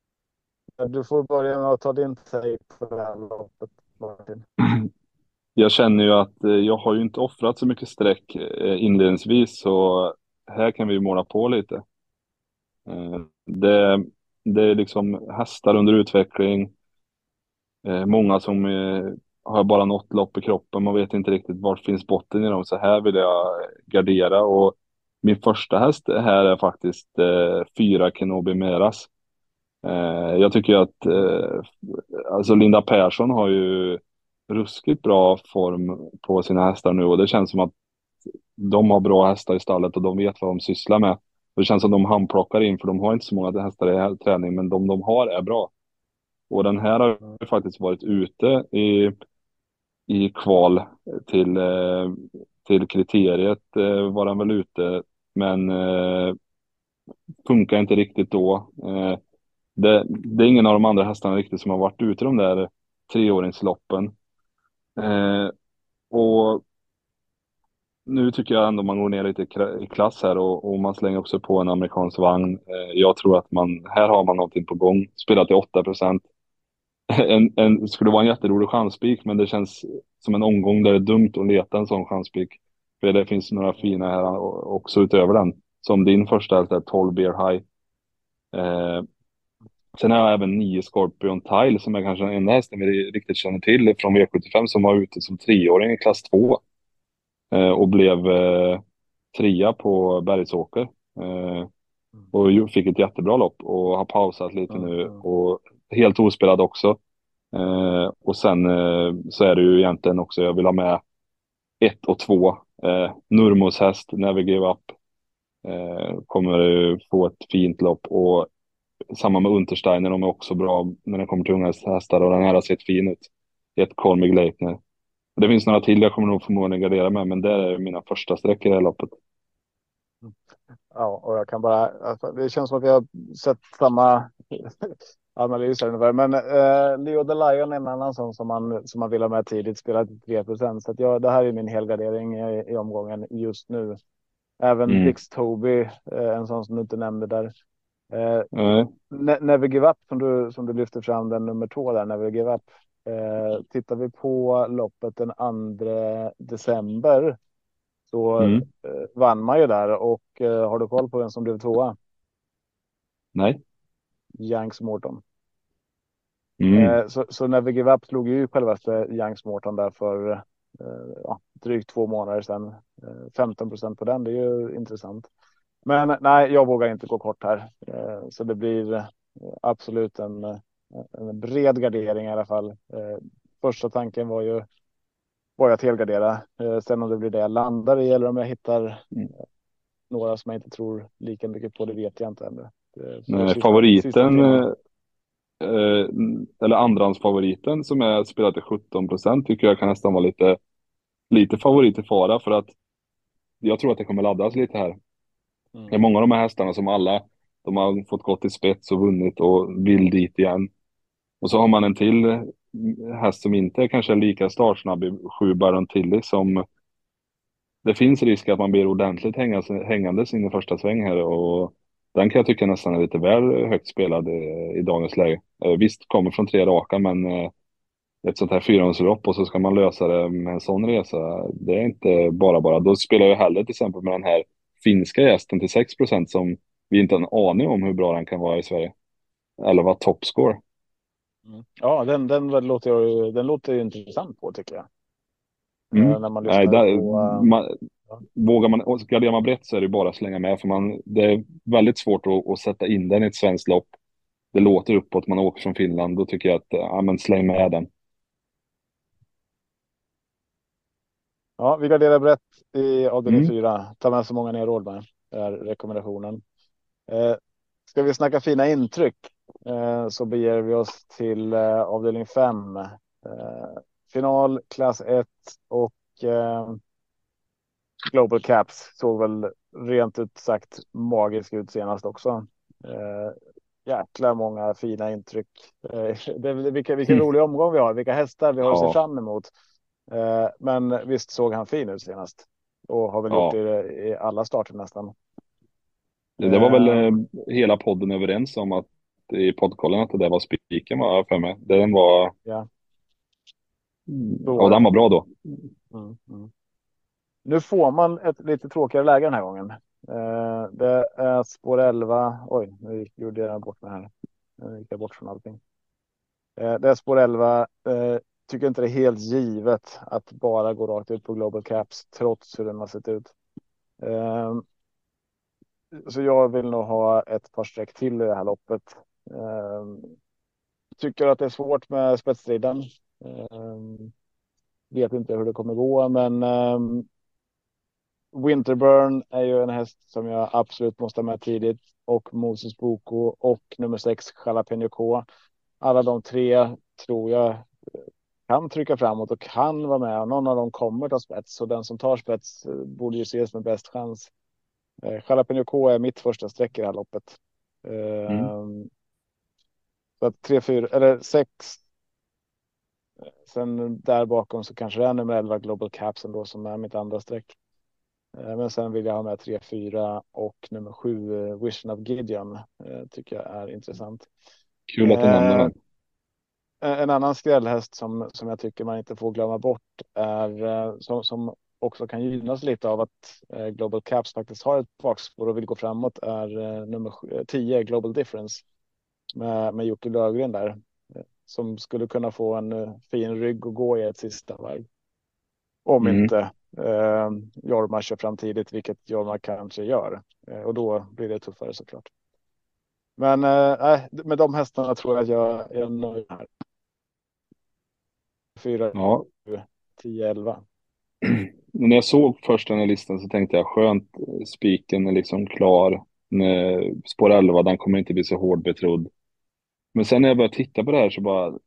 du får börja med att ta din take på det här loppet, Martin. Jag känner ju att eh, jag har ju inte offrat så mycket streck eh, inledningsvis, så här kan vi måla på lite. Eh, det, det är liksom hästar under utveckling. Eh, många som eh, har bara något lopp i kroppen. Man vet inte riktigt vart finns botten i dem. Så här vill jag gardera. Och min första häst här är faktiskt eh, fyra Kenobi Meras. Eh, jag tycker att eh, alltså Linda Persson har ju ruskigt bra form på sina hästar nu. Och det känns som att de har bra hästar i stallet och de vet vad de sysslar med. Det känns som att de handplockar in, för de har inte så många hästar i träning, men de de har är bra. Och den här har ju faktiskt varit ute i, i kval till, eh, till kriteriet eh, var den väl ute, men eh, funkar inte riktigt då. Eh, det, det är ingen av de andra hästarna riktigt som har varit ute de där treåringsloppen. Eh, och nu tycker jag ändå man går ner lite i klass här och, och man slänger också på en amerikansk vagn. Eh, jag tror att man, här har man någonting på gång. Spelat till åtta procent. En, en, skulle vara en jätterolig chanspik, men det känns som en omgång där det är dumt att leta en sån chanspik. För det finns några fina här också utöver den. Som din första häst, tolv Bear High. Eh, sen har jag även nio Scorpion Tile som är kanske den enda hästen vi riktigt känner till från V sjuttiofem som var ute som treåring i klass två. Eh, och blev eh, trea på Bergsåker. Eh, och ju- fick ett jättebra lopp och har pausat lite nu och helt ospelad också. Eh, och sen eh, så är det ju egentligen också, jag vill ha med ett och två. Eh, Nurmos häst, Never Give Up, eh, kommer ju få ett fint lopp. Och samma med Untersteiner, de är också bra när det kommer till unga hästar och den här har sett fin ut. Ett Colmig Leikner. Det finns några till jag kommer nog förmodligen gardera med, men det är mina första streck i det här loppet. Ja, och jag kan bara, alltså, det känns som att vi har sett samma analys här ungefär. Men eh, Leo the Lion är en annan sån som man, som man vill ha med tidigt, spelar till tre procent. Så att jag, det här är min helgardering i, i omgången just nu. Även Mm. Dix Toby, eh, en sån som du inte nämnde där. Eh, Nej. Ne- Never Give Up som du, som du lyfter fram, den nummer två där, Never Give Up. Eh, tittar vi på loppet den andra december så Mm. eh, vann man ju där. Och eh, har du koll på vem som blev tvåa? Nej. Janks Morton. Mm. Eh, så, så Never Give Up slog ju självaste Janks Morton där för eh, ja, drygt två månader sedan. Eh, femton procent på den, det är ju intressant. Men nej, jag vågar inte gå kort här. Eh, så det blir eh, absolut en, eh, en bred gardering i alla fall. Eh, första tanken var ju var jag att helgardera. Eh, sen om det blir det jag landar i eller om jag hittar Mm. några som jag inte tror lika mycket på, det vet jag inte ännu. Det får Nej, sista, sista favoriten, timmarna. eh, eller andrahandsfavoriten som är spelat till sjutton procent tycker jag kan nästan vara lite, lite favorit i fara, för att jag tror att det kommer laddas lite här. Det är Mm. många av de här hästarna som alla, de har fått gått i spets och vunnit och vill dit igen. Och så har man en till häst som inte kanske är lika startsnabb i sju Baron Tilly, som det finns risk att man blir ordentligt hängas, hängandes in i första sväng här, och den kan jag tycka nästan är lite väl högt spelad i, i dagens läge. Eh, visst, kommer från tre raka, men eh, ett sånt här fyrahundralopp och så ska man lösa det med en sån resa. Det är inte bara bara. Då spelar jag hellre till exempel med den här finska gästen till sex procent som vi inte har en aning om hur bra den kan vara i Sverige. Eller vad topscore. Mm. Ja, den, den, låter jag, den låter ju intressant på tycker jag. Mm. Eh, när man Nej, lyssnar där, på... eh, man, ja. vågar man, och garderar man brett så är det bara att slänga med, för man, det är väldigt svårt att, att sätta in den i ett svenskt lopp. Det låter uppåt, man åker från Finland, då tycker jag att ja, men släng med den. Ja, vi garderar brett i avdelning Mm. fyra. Ta med så många ni har råd med, är rekommendationen. Eh, ska vi snacka fina intryck eh, så beger vi oss till eh, avdelning fem. Eh, final, klass ett och eh, Global Caps såg väl rent ut sagt magisk ut senast också. Eh, jäkla många fina intryck. Eh, det, det, vilka, vilken Mm. rolig omgång vi har, vilka hästar vi har att se Ja, fram emot. Eh, men visst såg han fin ut senast och har väl gjort ja. det i alla starter nästan. Det, det var väl Eh, eh, hela podden överens om att i poddkollen att det där var spiken, var jag för mig. Den var, ja, så ja, var den det. var bra då. Mm, mm. Nu får man ett lite tråkigare läge den här gången. Eh, det är spår elva. Oj, nu gjorde jag bort mig här. Nu gick jag bort från allting. Eh, det är spår elva. Eh, tycker inte det är helt givet att bara gå rakt ut på Global Caps trots hur den har sett ut. Eh, så jag vill nog ha ett par streck till i det här loppet. Eh, tycker att det är svårt med spetsstriden. Eh, vet inte hur det kommer gå, men eh, Winterburn är ju en häst som jag absolut måste ha med tidigt, och Moses Boko och nummer sex Jalapeno K. Alla de tre tror jag kan trycka framåt och kan vara med. Någon av dem kommer ta spets, och den som tar spets borde ju ses med bäst chans. Eh, Jalapeno K är mitt första streck i det här loppet. Mm. Eh, så att tre, fyra eller sex. Sen där bakom så kanske det är nummer elva Global Caps ändå som är mitt andra streck. Men sen vill jag ha med tre, fyra och nummer sju Vision of Gideon. Tycker jag är intressant. Kul att du nämner den. En annan skrällhäst som, som jag tycker man inte får glömma bort är som, som också kan gynnas lite av att Global Caps faktiskt har ett bakspår och vill gå framåt är nummer tio Global Difference med, med Jocke Löfgren där. Som skulle kunna få en fin rygg och gå i ett sista varv. Om Mm. inte eh, Jorma kör fram tidigt, vilket Jorma kanske gör. Eh, och då blir det tuffare såklart. Men eh, med de hästarna tror jag att jag är nöjd här. fyra, Ja. tio, elva. När jag såg först den här listan så tänkte jag skönt, spiken är liksom klar. Spår elva, den kommer inte bli så hård betrodd. Men sen när jag började titta på det här så bara,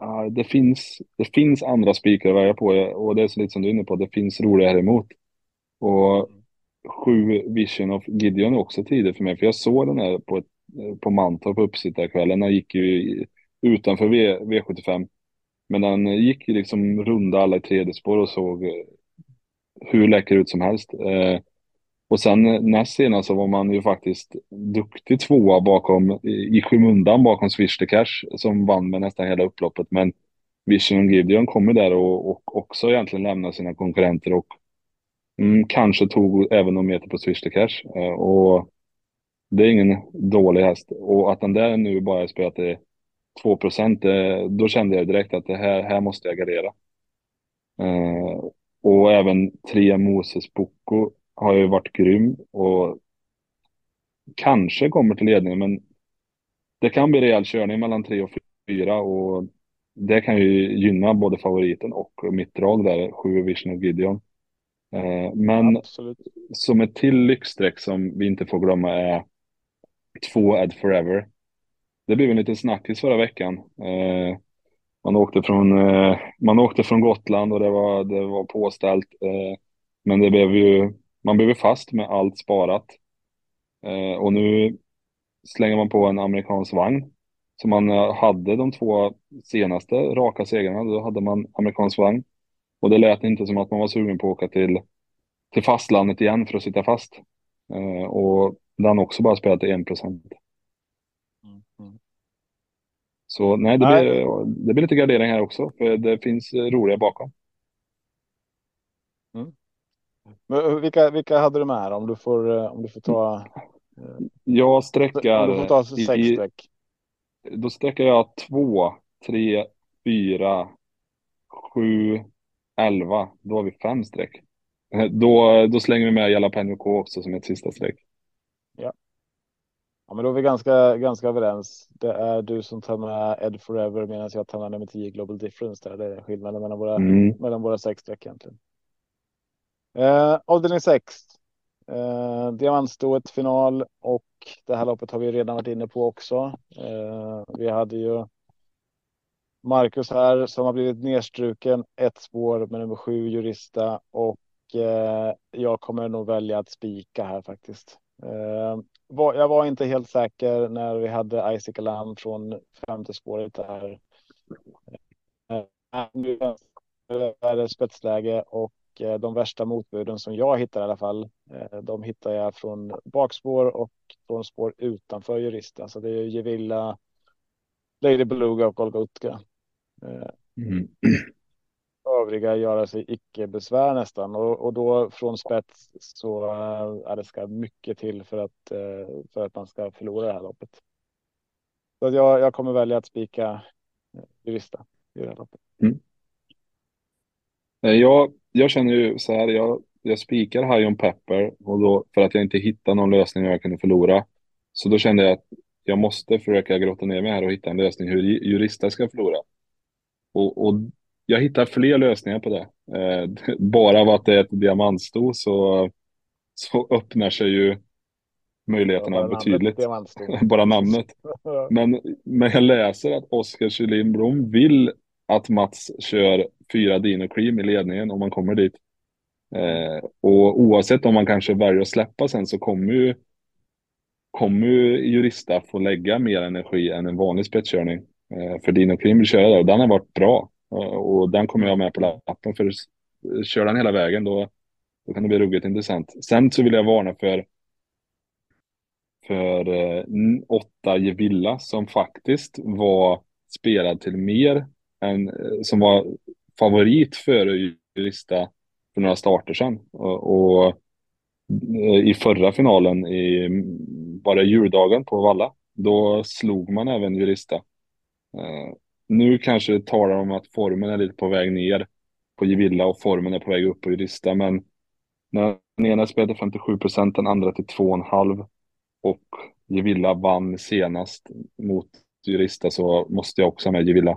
Ja, det finns, det finns andra spikar att välja på och det är så lite som du är inne på, det finns roliga här emot. Och Mm. sju Vision of Gideon är också tidigt för mig, för jag såg den här på, ett, på Mantorp på uppsittarkvällen. Den gick ju i- utanför v, V75, men den gick ju liksom runda alla i tredje spår och såg eh, hur läcker ut som helst. Eh, och sen eh, näst senast så var man ju faktiskt duktig tvåa bakom, i, i skymundan bakom Swish the Cash som vann med nästan hela upploppet. Men Vision of Gideon kommer där och, och också egentligen lämna sina konkurrenter och mm, kanske tog även någon meter på Swish the Cash. Eh, och det är ingen dålig häst. Och att den där nu bara är spelat till två procent, eh, då kände jag direkt att det här, här måste jag gardera. Eh, och även tre Moses Boko har ju varit grym och kanske kommer till ledningen, men det kan bli rejäl körning mellan tre och fyra och det kan ju gynna både favoriten och mitt drag där, sju Vision of Gideon. Eh, men Absolut. som ett till lyxstreck som vi inte får glömma är två Ed Forever. Det blev en liten snackis förra veckan. Eh, man åkte från, eh, man åkte från Gotland och det var, det var påställt. Eh, men det blev ju, man blev ju fast med allt sparat. Eh, och nu slänger man på en amerikansk vagn. Så man eh, hade de två senaste raka segrarna, då hade man amerikansk vagn. Och det lät inte som att man var sugen på att åka till, till fastlandet igen för att sitta fast. Eh, och den också bara spelat till en procent. Mm. Mm. Så nej, det Nej. blir, det blir lite gardering här också, för det finns eh, roliga bakom. Mm. Men vilka, vilka hade du med här om du får, eh, om du får ta, eh, Jag om du får sträckar ta i, sex i streck? då sträckar jag två, tre, fyra, sju, elva. Då har vi fem streck. Eh, Då, då slänger vi med Jalapeno K också som ett sista streck. Ja. Ja, men då är vi ganska, ganska överens. Det är du som tar med Ed Forever medan jag tar med nummer tio Global Difference. Där. Det är skillnaden mellan våra, Mm. mellan våra sex streck egentligen. Eh, avdelning sex. Eh, diamantstoet final och det här loppet har vi redan varit inne på också. Eh, vi hade ju Marcus här som har blivit nedstruken ett spår med nummer sju Jurista och eh, jag kommer nog välja att spika här faktiskt. Eh, var, jag var inte helt säker när vi hade Isaac Alam från femte spåret där. Eh, nu är det spetsläge och eh, de värsta motbuden som jag hittar i alla fall. Eh, de hittar jag från bakspår och från spår utanför Jurista. Så det är Gevilla, Lady Beluga och Olga Utka. Eh, Mm. övriga göra sig icke besvär nästan och, och då från spets så äh, är det ska mycket till för att äh, för att man ska förlora det här loppet. Så att jag, jag kommer välja att spika Jurista i det här loppet. Mm. Eh, Jag, jag känner ju så här, jag, jag spikar High on Pepper och då, för att jag inte hittar någon lösning hur jag kunde förlora. Så då kände jag att jag måste försöka grotta ner mig här och hitta en lösning hur ju- Jurista ska förlora. Och, och jag hittar fler lösningar på det. Eh, bara av att det är ett diamantsto så, så öppnar sig ju Ja, möjligheterna bara namnet betydligt. diamantsto. Bara namnet. Men, men jag läser att Oskar Kjellin Blom vill att Mats kör fyra Dino Cream i ledningen om man kommer dit. Eh, och oavsett om man kanske väljer att släppa sen så kommer ju, kommer ju Jurista få lägga mer energi än en vanlig spetskörning. Eh, för Dino Cream vill köra där och den har varit bra. Eh, och den kommer jag med på lappen för kör den hela vägen då, då kan det bli ruggigt intressant. Sen så vill jag varna för för eh, åtta Gevilla som faktiskt var spelad till mer än, eh, som var favorit för Jurista för några starter sedan. Och, och eh, i förra finalen i, var det juldagen på Valla, då slog man även Jurista. Eh, nu kanske det talar om att formen är lite på väg ner på Gevilla och formen är på väg upp på Jurista, men när den ena spelade femtiosju procent, den andra till två komma fem och Gevilla vann senast mot Jurista så måste jag också ha med Gevilla.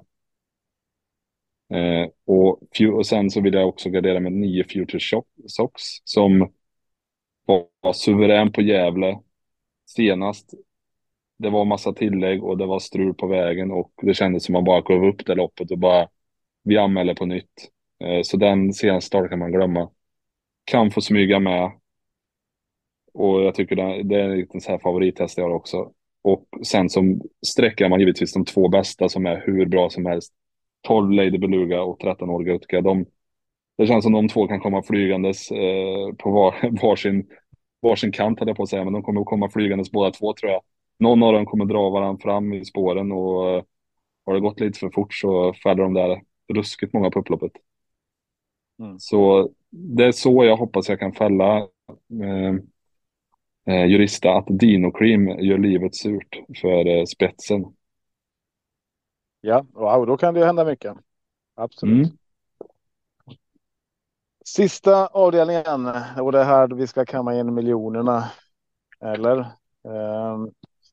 Eh, och, och sen så vill jag också gardera med nio Future Sox som var, var suverän på Gävle senast. det var massa tillägg och det var strul på vägen och det kändes som man bara gav upp det loppet och bara vi anmäler på nytt. Eh, så den senaste start kan man glömma. Kan få smyga med och jag tycker det, det är en liten så här favorittest jag har också. Och sen som sträckar man givetvis de två bästa som är hur bra som helst. tolv Lady Beluga och tretton år Gutka. De, det känns som de två kan komma flygandes eh, på var, varsin, varsin kant hade jag på att säga, men de kommer att komma flygandes båda två tror jag. Någon av dem kommer dra varandra fram i spåren och eh, har det gått lite för fort så fäller de där ruskigt många på upploppet. Mm. Så det är så jag hoppas jag kan fälla eh, eh, Jurista att Dino Cream gör livet surt för eh, spetsen. Ja, wow, då kan det ju hända mycket. Absolut. Mm. Sista avdelningen, och det är här vi ska kamma in miljonerna. Eller? Um,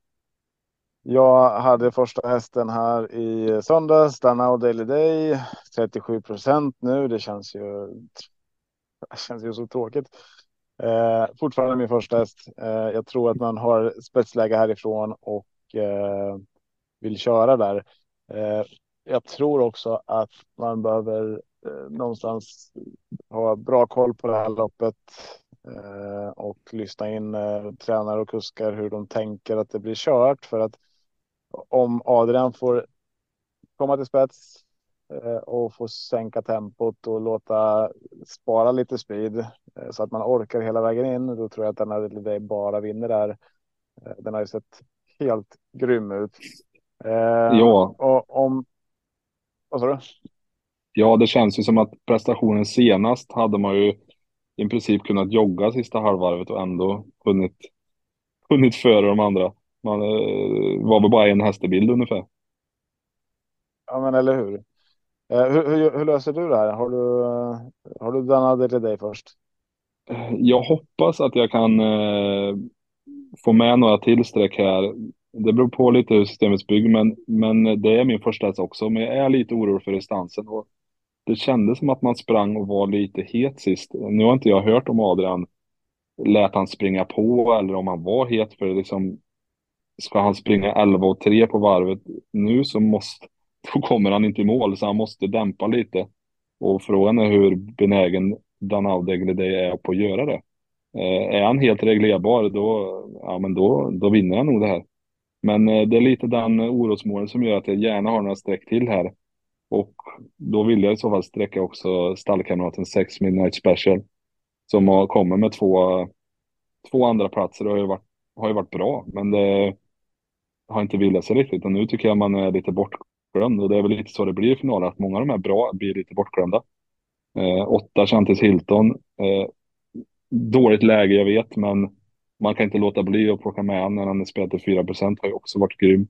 jag hade första hästen här i söndags, Danao Daily Day, trettiosju procent nu. Det känns ju, det känns ju så tråkigt. Uh, fortfarande min första häst. Uh, jag tror att man har spetsläge härifrån och uh, vill köra där. Uh, jag tror också att man behöver uh, någonstans ha bra koll på det här loppet eh, och lyssna in eh, tränare och kuskar hur de tänker att det blir kört. För att om Adrian får komma till spets eh, och få sänka tempot och låta spara lite speed eh, så att man orkar hela vägen in, då tror jag att den här bara vinner där. Eh, den har ju sett helt grym ut. Eh, Ja. och om... Vad sa du? Ja, det känns ju som att prestationen senast hade man ju i princip kunnat jogga sista halvvarvet och ändå hunnit, hunnit före de andra. Man eh, var väl bara en häst i bild ungefär. Ja, men eller hur? Eh, hur, hur, hur löser du det här? Har du, eh, har du den till dig först? Jag hoppas att jag kan eh, få med några till streck här. Det beror på lite hur systemets bygg, men, men det är min första häst också. Men jag är lite orolig för distansen. Och det kändes som att man sprang och var lite het sist. Nu har inte jag hört om Adrian lät han springa på eller om han var het, för liksom ska han springa elva och tre på varvet nu så måste, då kommer han inte i mål, så han måste dämpa lite. Och frågan är hur benägen Danao Degley är på att göra det. Eh, är han helt reglerbar, då, ja, men då, då vinner han nog det här. Men eh, det är lite den orosmålen som gör att jag gärna har några streck till här. Och då vill jag i så fall sträcka också stallkamraten sex Midnight Special som har kommit med två, två andra platser och har ju varit, har ju varit bra. Men det har inte villat sig riktigt. Och nu tycker jag man är lite bortglömd. Och det är väl lite så det blir i finalen, att många av de här bra blir lite bortglömda. Eh, åtta Chantis Hilton. Eh, dåligt läge, jag vet, men man kan inte låta bli att plocka med honom när han är spelat till fyra procent. Har ju också varit grym.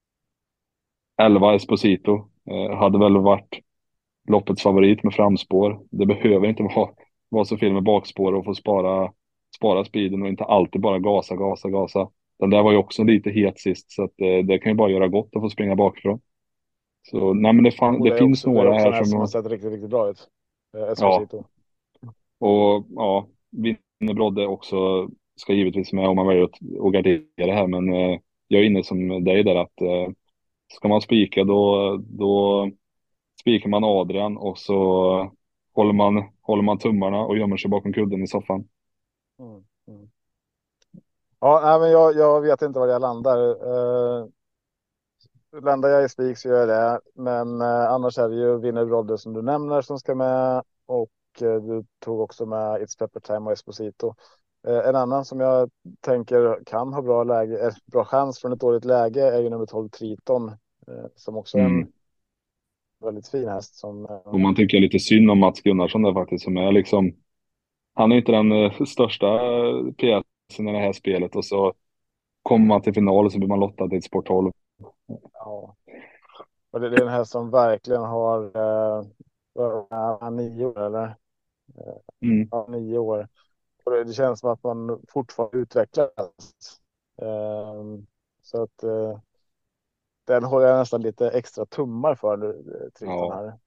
elva Esposito. Eh, hade väl varit loppets favorit med framspår. Det behöver inte vara, vara så fel med bakspår och få spara, spara speeden och inte alltid bara gasa, gasa, gasa. Den där var ju också lite het sist, så att, eh, det kan ju bara göra gott att få springa bakifrån. Så nej, men det, fan, Och det, det är finns också, det är några också en här häst som som... har sett riktigt, riktigt bra ut. Eh, Ja, Esposito. och ja, Winnerbrodde också ska givetvis med om man väljer att, att gardera här, men eh, jag är inne som dig där att eh, ska man spika då, då spikar man Adrian och så håller man, håller man tummarna och gömmer sig bakom kudden i soffan. Mm. Mm. Ja, nej, men jag, jag vet inte var jag landar. Eh, landar jag i spik så gör jag det. Men eh, annars är det ju Winnerbrodde som du nämner som ska med. Och eh, du tog också med It's Pepper Time och Esposito. Eh, en annan som jag tänker kan ha bra läge, eh, bra chans från ett dåligt läge är ju nummer tolv Triton. Eh, som också är Mm. en väldigt fin häst. Som, eh, Och man tycker lite synd om Mats Gunnarsson där faktiskt, som är liksom, han är inte den eh, största eh, pjäsen i det här spelet och så kommer man till final och så blir man lottad till ett sport tolv. ja. Och det, det är en häst som verkligen har eh, vad är han, nio år eller? Eh, Mm. ja, nio år. Och det, det känns som att man fortfarande utvecklas. Eh, så att eh, den håller jag nästan lite extra tummar för nu, eh, Triton Ja. här.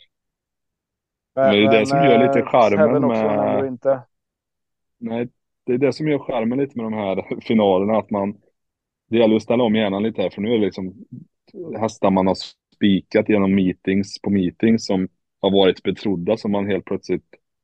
Men det Men, är det men som gör lite eh, Seven charmen också nämnde du med, inte. nej, det är det som gör charmen lite med de här finalerna, att man, det gäller att ställa om hjärnan lite här, för nu är det liksom hästar man har spikat genom meetings på meetings som har varit betrodda, som man helt plötsligt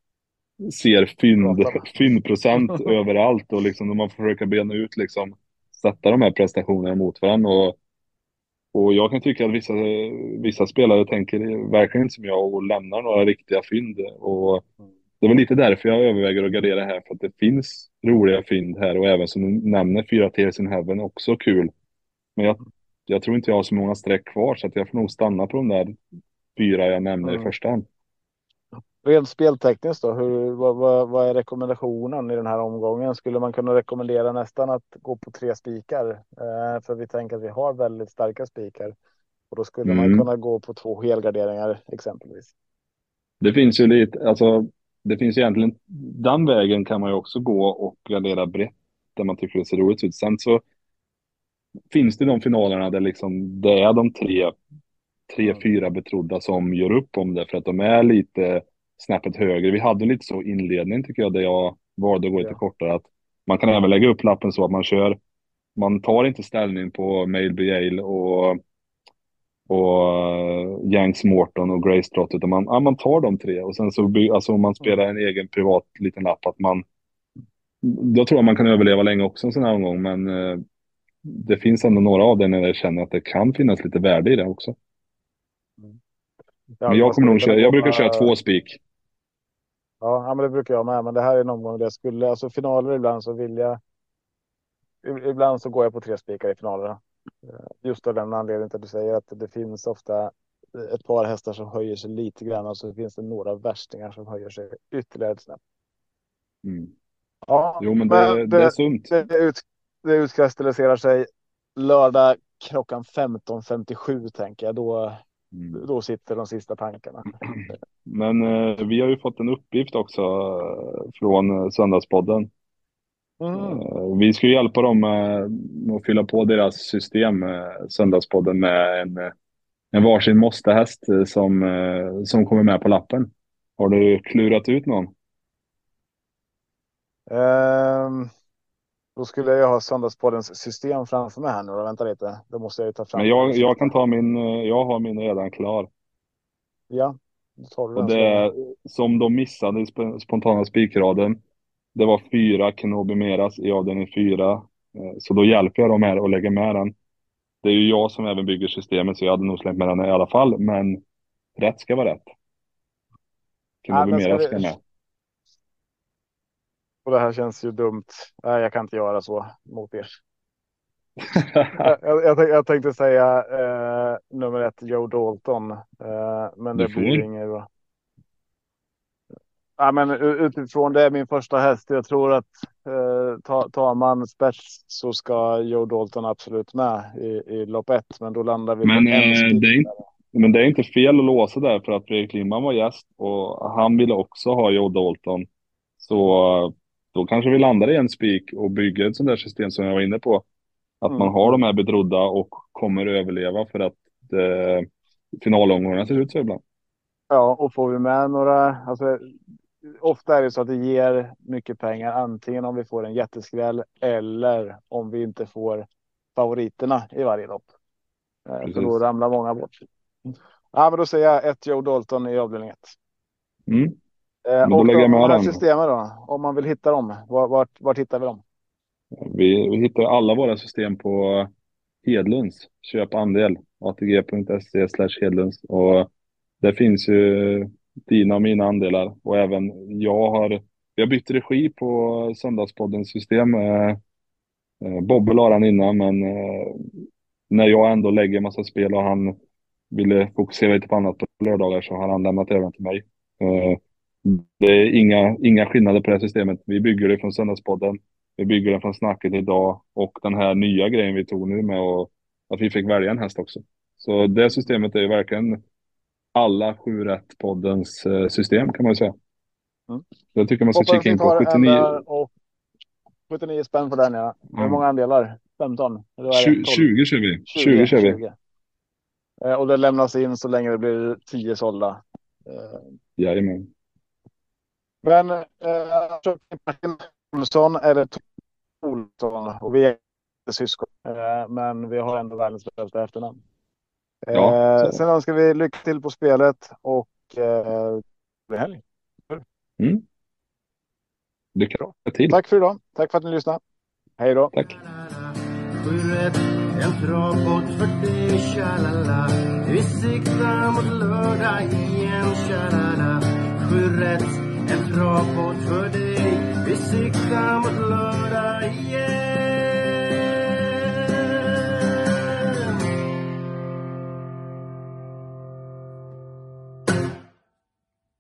ser fynd, Pratar med. fyndprocent överallt, och liksom när man får försöka bena ut liksom, sätta de här prestationerna mot varandra. Och, och jag kan tycka att vissa, vissa spelare tänker verkligen inte som jag och lämnar några riktiga fynd. Och det var lite därför jag överväger att gardera här, för att det finns roliga fynd här, och även som du nämner, fyra Tears in Heaven också kul. Men jag, jag tror inte jag har så många streck kvar, så att jag får nog stanna på de där fyra jag nämner i Mm. första hand. Rent speltekniskt då, hur, vad, vad, vad är rekommendationen i den här omgången? Skulle man kunna rekommendera nästan att gå på tre spikar? Eh, för vi tänker att vi har väldigt starka spikar. Och då skulle man Mm. kunna gå på två helgarderingar exempelvis. Det finns ju lite, alltså det finns egentligen, den vägen kan man ju också gå och gardera brett där man tycker det ser roligt ut. Sen så finns det de finalerna där liksom det är de tre, tre, Mm. fyra betrodda som gör upp om det, för att de är lite snäppet högre. Vi hade lite så inledning tycker jag, där jag valde att gå lite Ja. kortare, att man kan även lägga upp lappen så att man kör, man tar inte ställning på Mailby Yale och och uh, Yanks Morton och Grace Trott, utan man, ja, man tar de tre, och sen så by, alltså om man spelar en egen privat liten lapp, att man, då tror jag man kan överleva länge också en sån här omgång, men uh, det finns ändå några av det när jag känner att det kan finnas lite värde i det också. Mm. Men Ja, jag man kommer skulle nog kunna köra, gå jag brukar med, köra två spik. ja, ja, men det brukar jag med. Men det här är en omgång där jag skulle, alltså finaler ibland så vill jag, ibland så går jag på tre spikar i finalerna. Eh, Just av den anledningen att du säger att det finns ofta ett par hästar som höjer sig lite grann, och så finns det några värstingar som höjer sig ytterligare ett snäpp. Mm. Ja, Jo, men men det, det är det, sunt. det, ut, det utkristalliserar sig lördag klockan femton femtiosju tänker jag. Då, Mm. då sitter de sista tankarna. Men uh, vi har ju fått en uppgift också uh, från uh, Söndagspodden. Mm. Uh, vi ska ju hjälpa dem med, med att fylla på deras system, uh, Söndagspodden, med en uh, en varsin måste-häst eh, som, eh, som kommer med på lappen. Har du klurat ut någon? Ehm, då skulle jag ha Söndagspoddens system framför mig här nu. Då. Vänta lite. Då måste jag ju ta Men fram det jag, jag kan ursäkta. ta min, eh, jag har min redan klar. Ja, då tar du Och den det så länge. är, som de missade i sp- spontana spikraden, det var fyra Kenobi Meras i avdelning fyra. Eh, Så då hjälper jag dem här och lägger med den. Det är ju jag som även bygger systemet, så jag hade nog slängt med den i alla fall. Men rätt ska vara rätt. Nej, Kenobi men ska Meras vi... ska med. Och det här känns ju dumt. Nej, jag kan inte göra så mot er. Jag, jag, jag, tänk- jag tänkte säga eh, nummer ett Joe Dalton. Eh, men Du det blir får. inget bra. Ja, men u- utifrån det är min första häst. Jag tror att eh, ta, tar man spets så ska Joe Dalton absolut med i, i lopp ett. Men då landar vi på Men, en eh, spik. det är inte, men det är inte fel att låsa där, för att Fredrik Lindman var gäst och han ville också ha Joe Dalton. Så eh, då kanske vi landar i en spik och bygger ett sånt där system som jag var inne på. Att man Mm, har mm. de här betrodda och kommer överleva, för att eh, finalomgångarna ser ut så ibland. Ja, och får vi med några, alltså, ofta är det så att det ger mycket pengar antingen om vi får en jätteskräll eller om vi inte får favoriterna i varje lopp. Eh, För då Precis. ramlar många bort. Ja, men då säger jag ett Joe Dalton i avdelning ett. Mm. Eh, Men då och lägger jag de med här den. systemen då, om man vill hitta dem, vart, vart, vart hittar vi dem? Vi, vi hittar alla våra system på Hedlunds, köp andel, atg.se slash Hedlunds. Och det finns ju dina och mina andelar. Och även jag har, vi har bytt regi på Söndagspoddens system. Eh, eh, Bobbe la den innan, men eh, när jag ändå lägger en massa spel och han ville fokusera lite på annat på lördagar, så har han lämnat över till mig. Eh, det är inga, inga skillnader på det här systemet. Vi bygger det från Söndagspodden. Vi bygger det från snacket idag, och den här nya grejen vi tog nu med och, att vi fick välja en häst också. Så det systemet är ju verkligen alla sju rätt poddens eh, system, kan man ju säga. Mm. Det tycker jag man ska Hoppas kika ni in på. tar en sjuttionio, där och sjuttionio spänn på den ja. Hur ja. många andelar? femton? Eller vad är det? tjugo, tolv? tjugo kör vi. tjugo tjugo? kör vi. tjugo. Eh, och det lämnas in så länge det blir tio sålda. Eh, Jajamän. Men eh, Martin Olsson eller Tom Olsson och vi syskon. Eh, men vi har ändå världens bästa efternamn. Eh, Ja, sen önskar vi lycka till på spelet och eh, det helg. Mm. Lycka till. Tack för idag. Tack för att ni lyssnade. Hej då. Tack. Sju rätt, en travbåt för dig, tjalala. Vi siktar mot lördag igen, tjalala. Sju rätt, en travbåt för dig. Vi siktar mot lördag igen.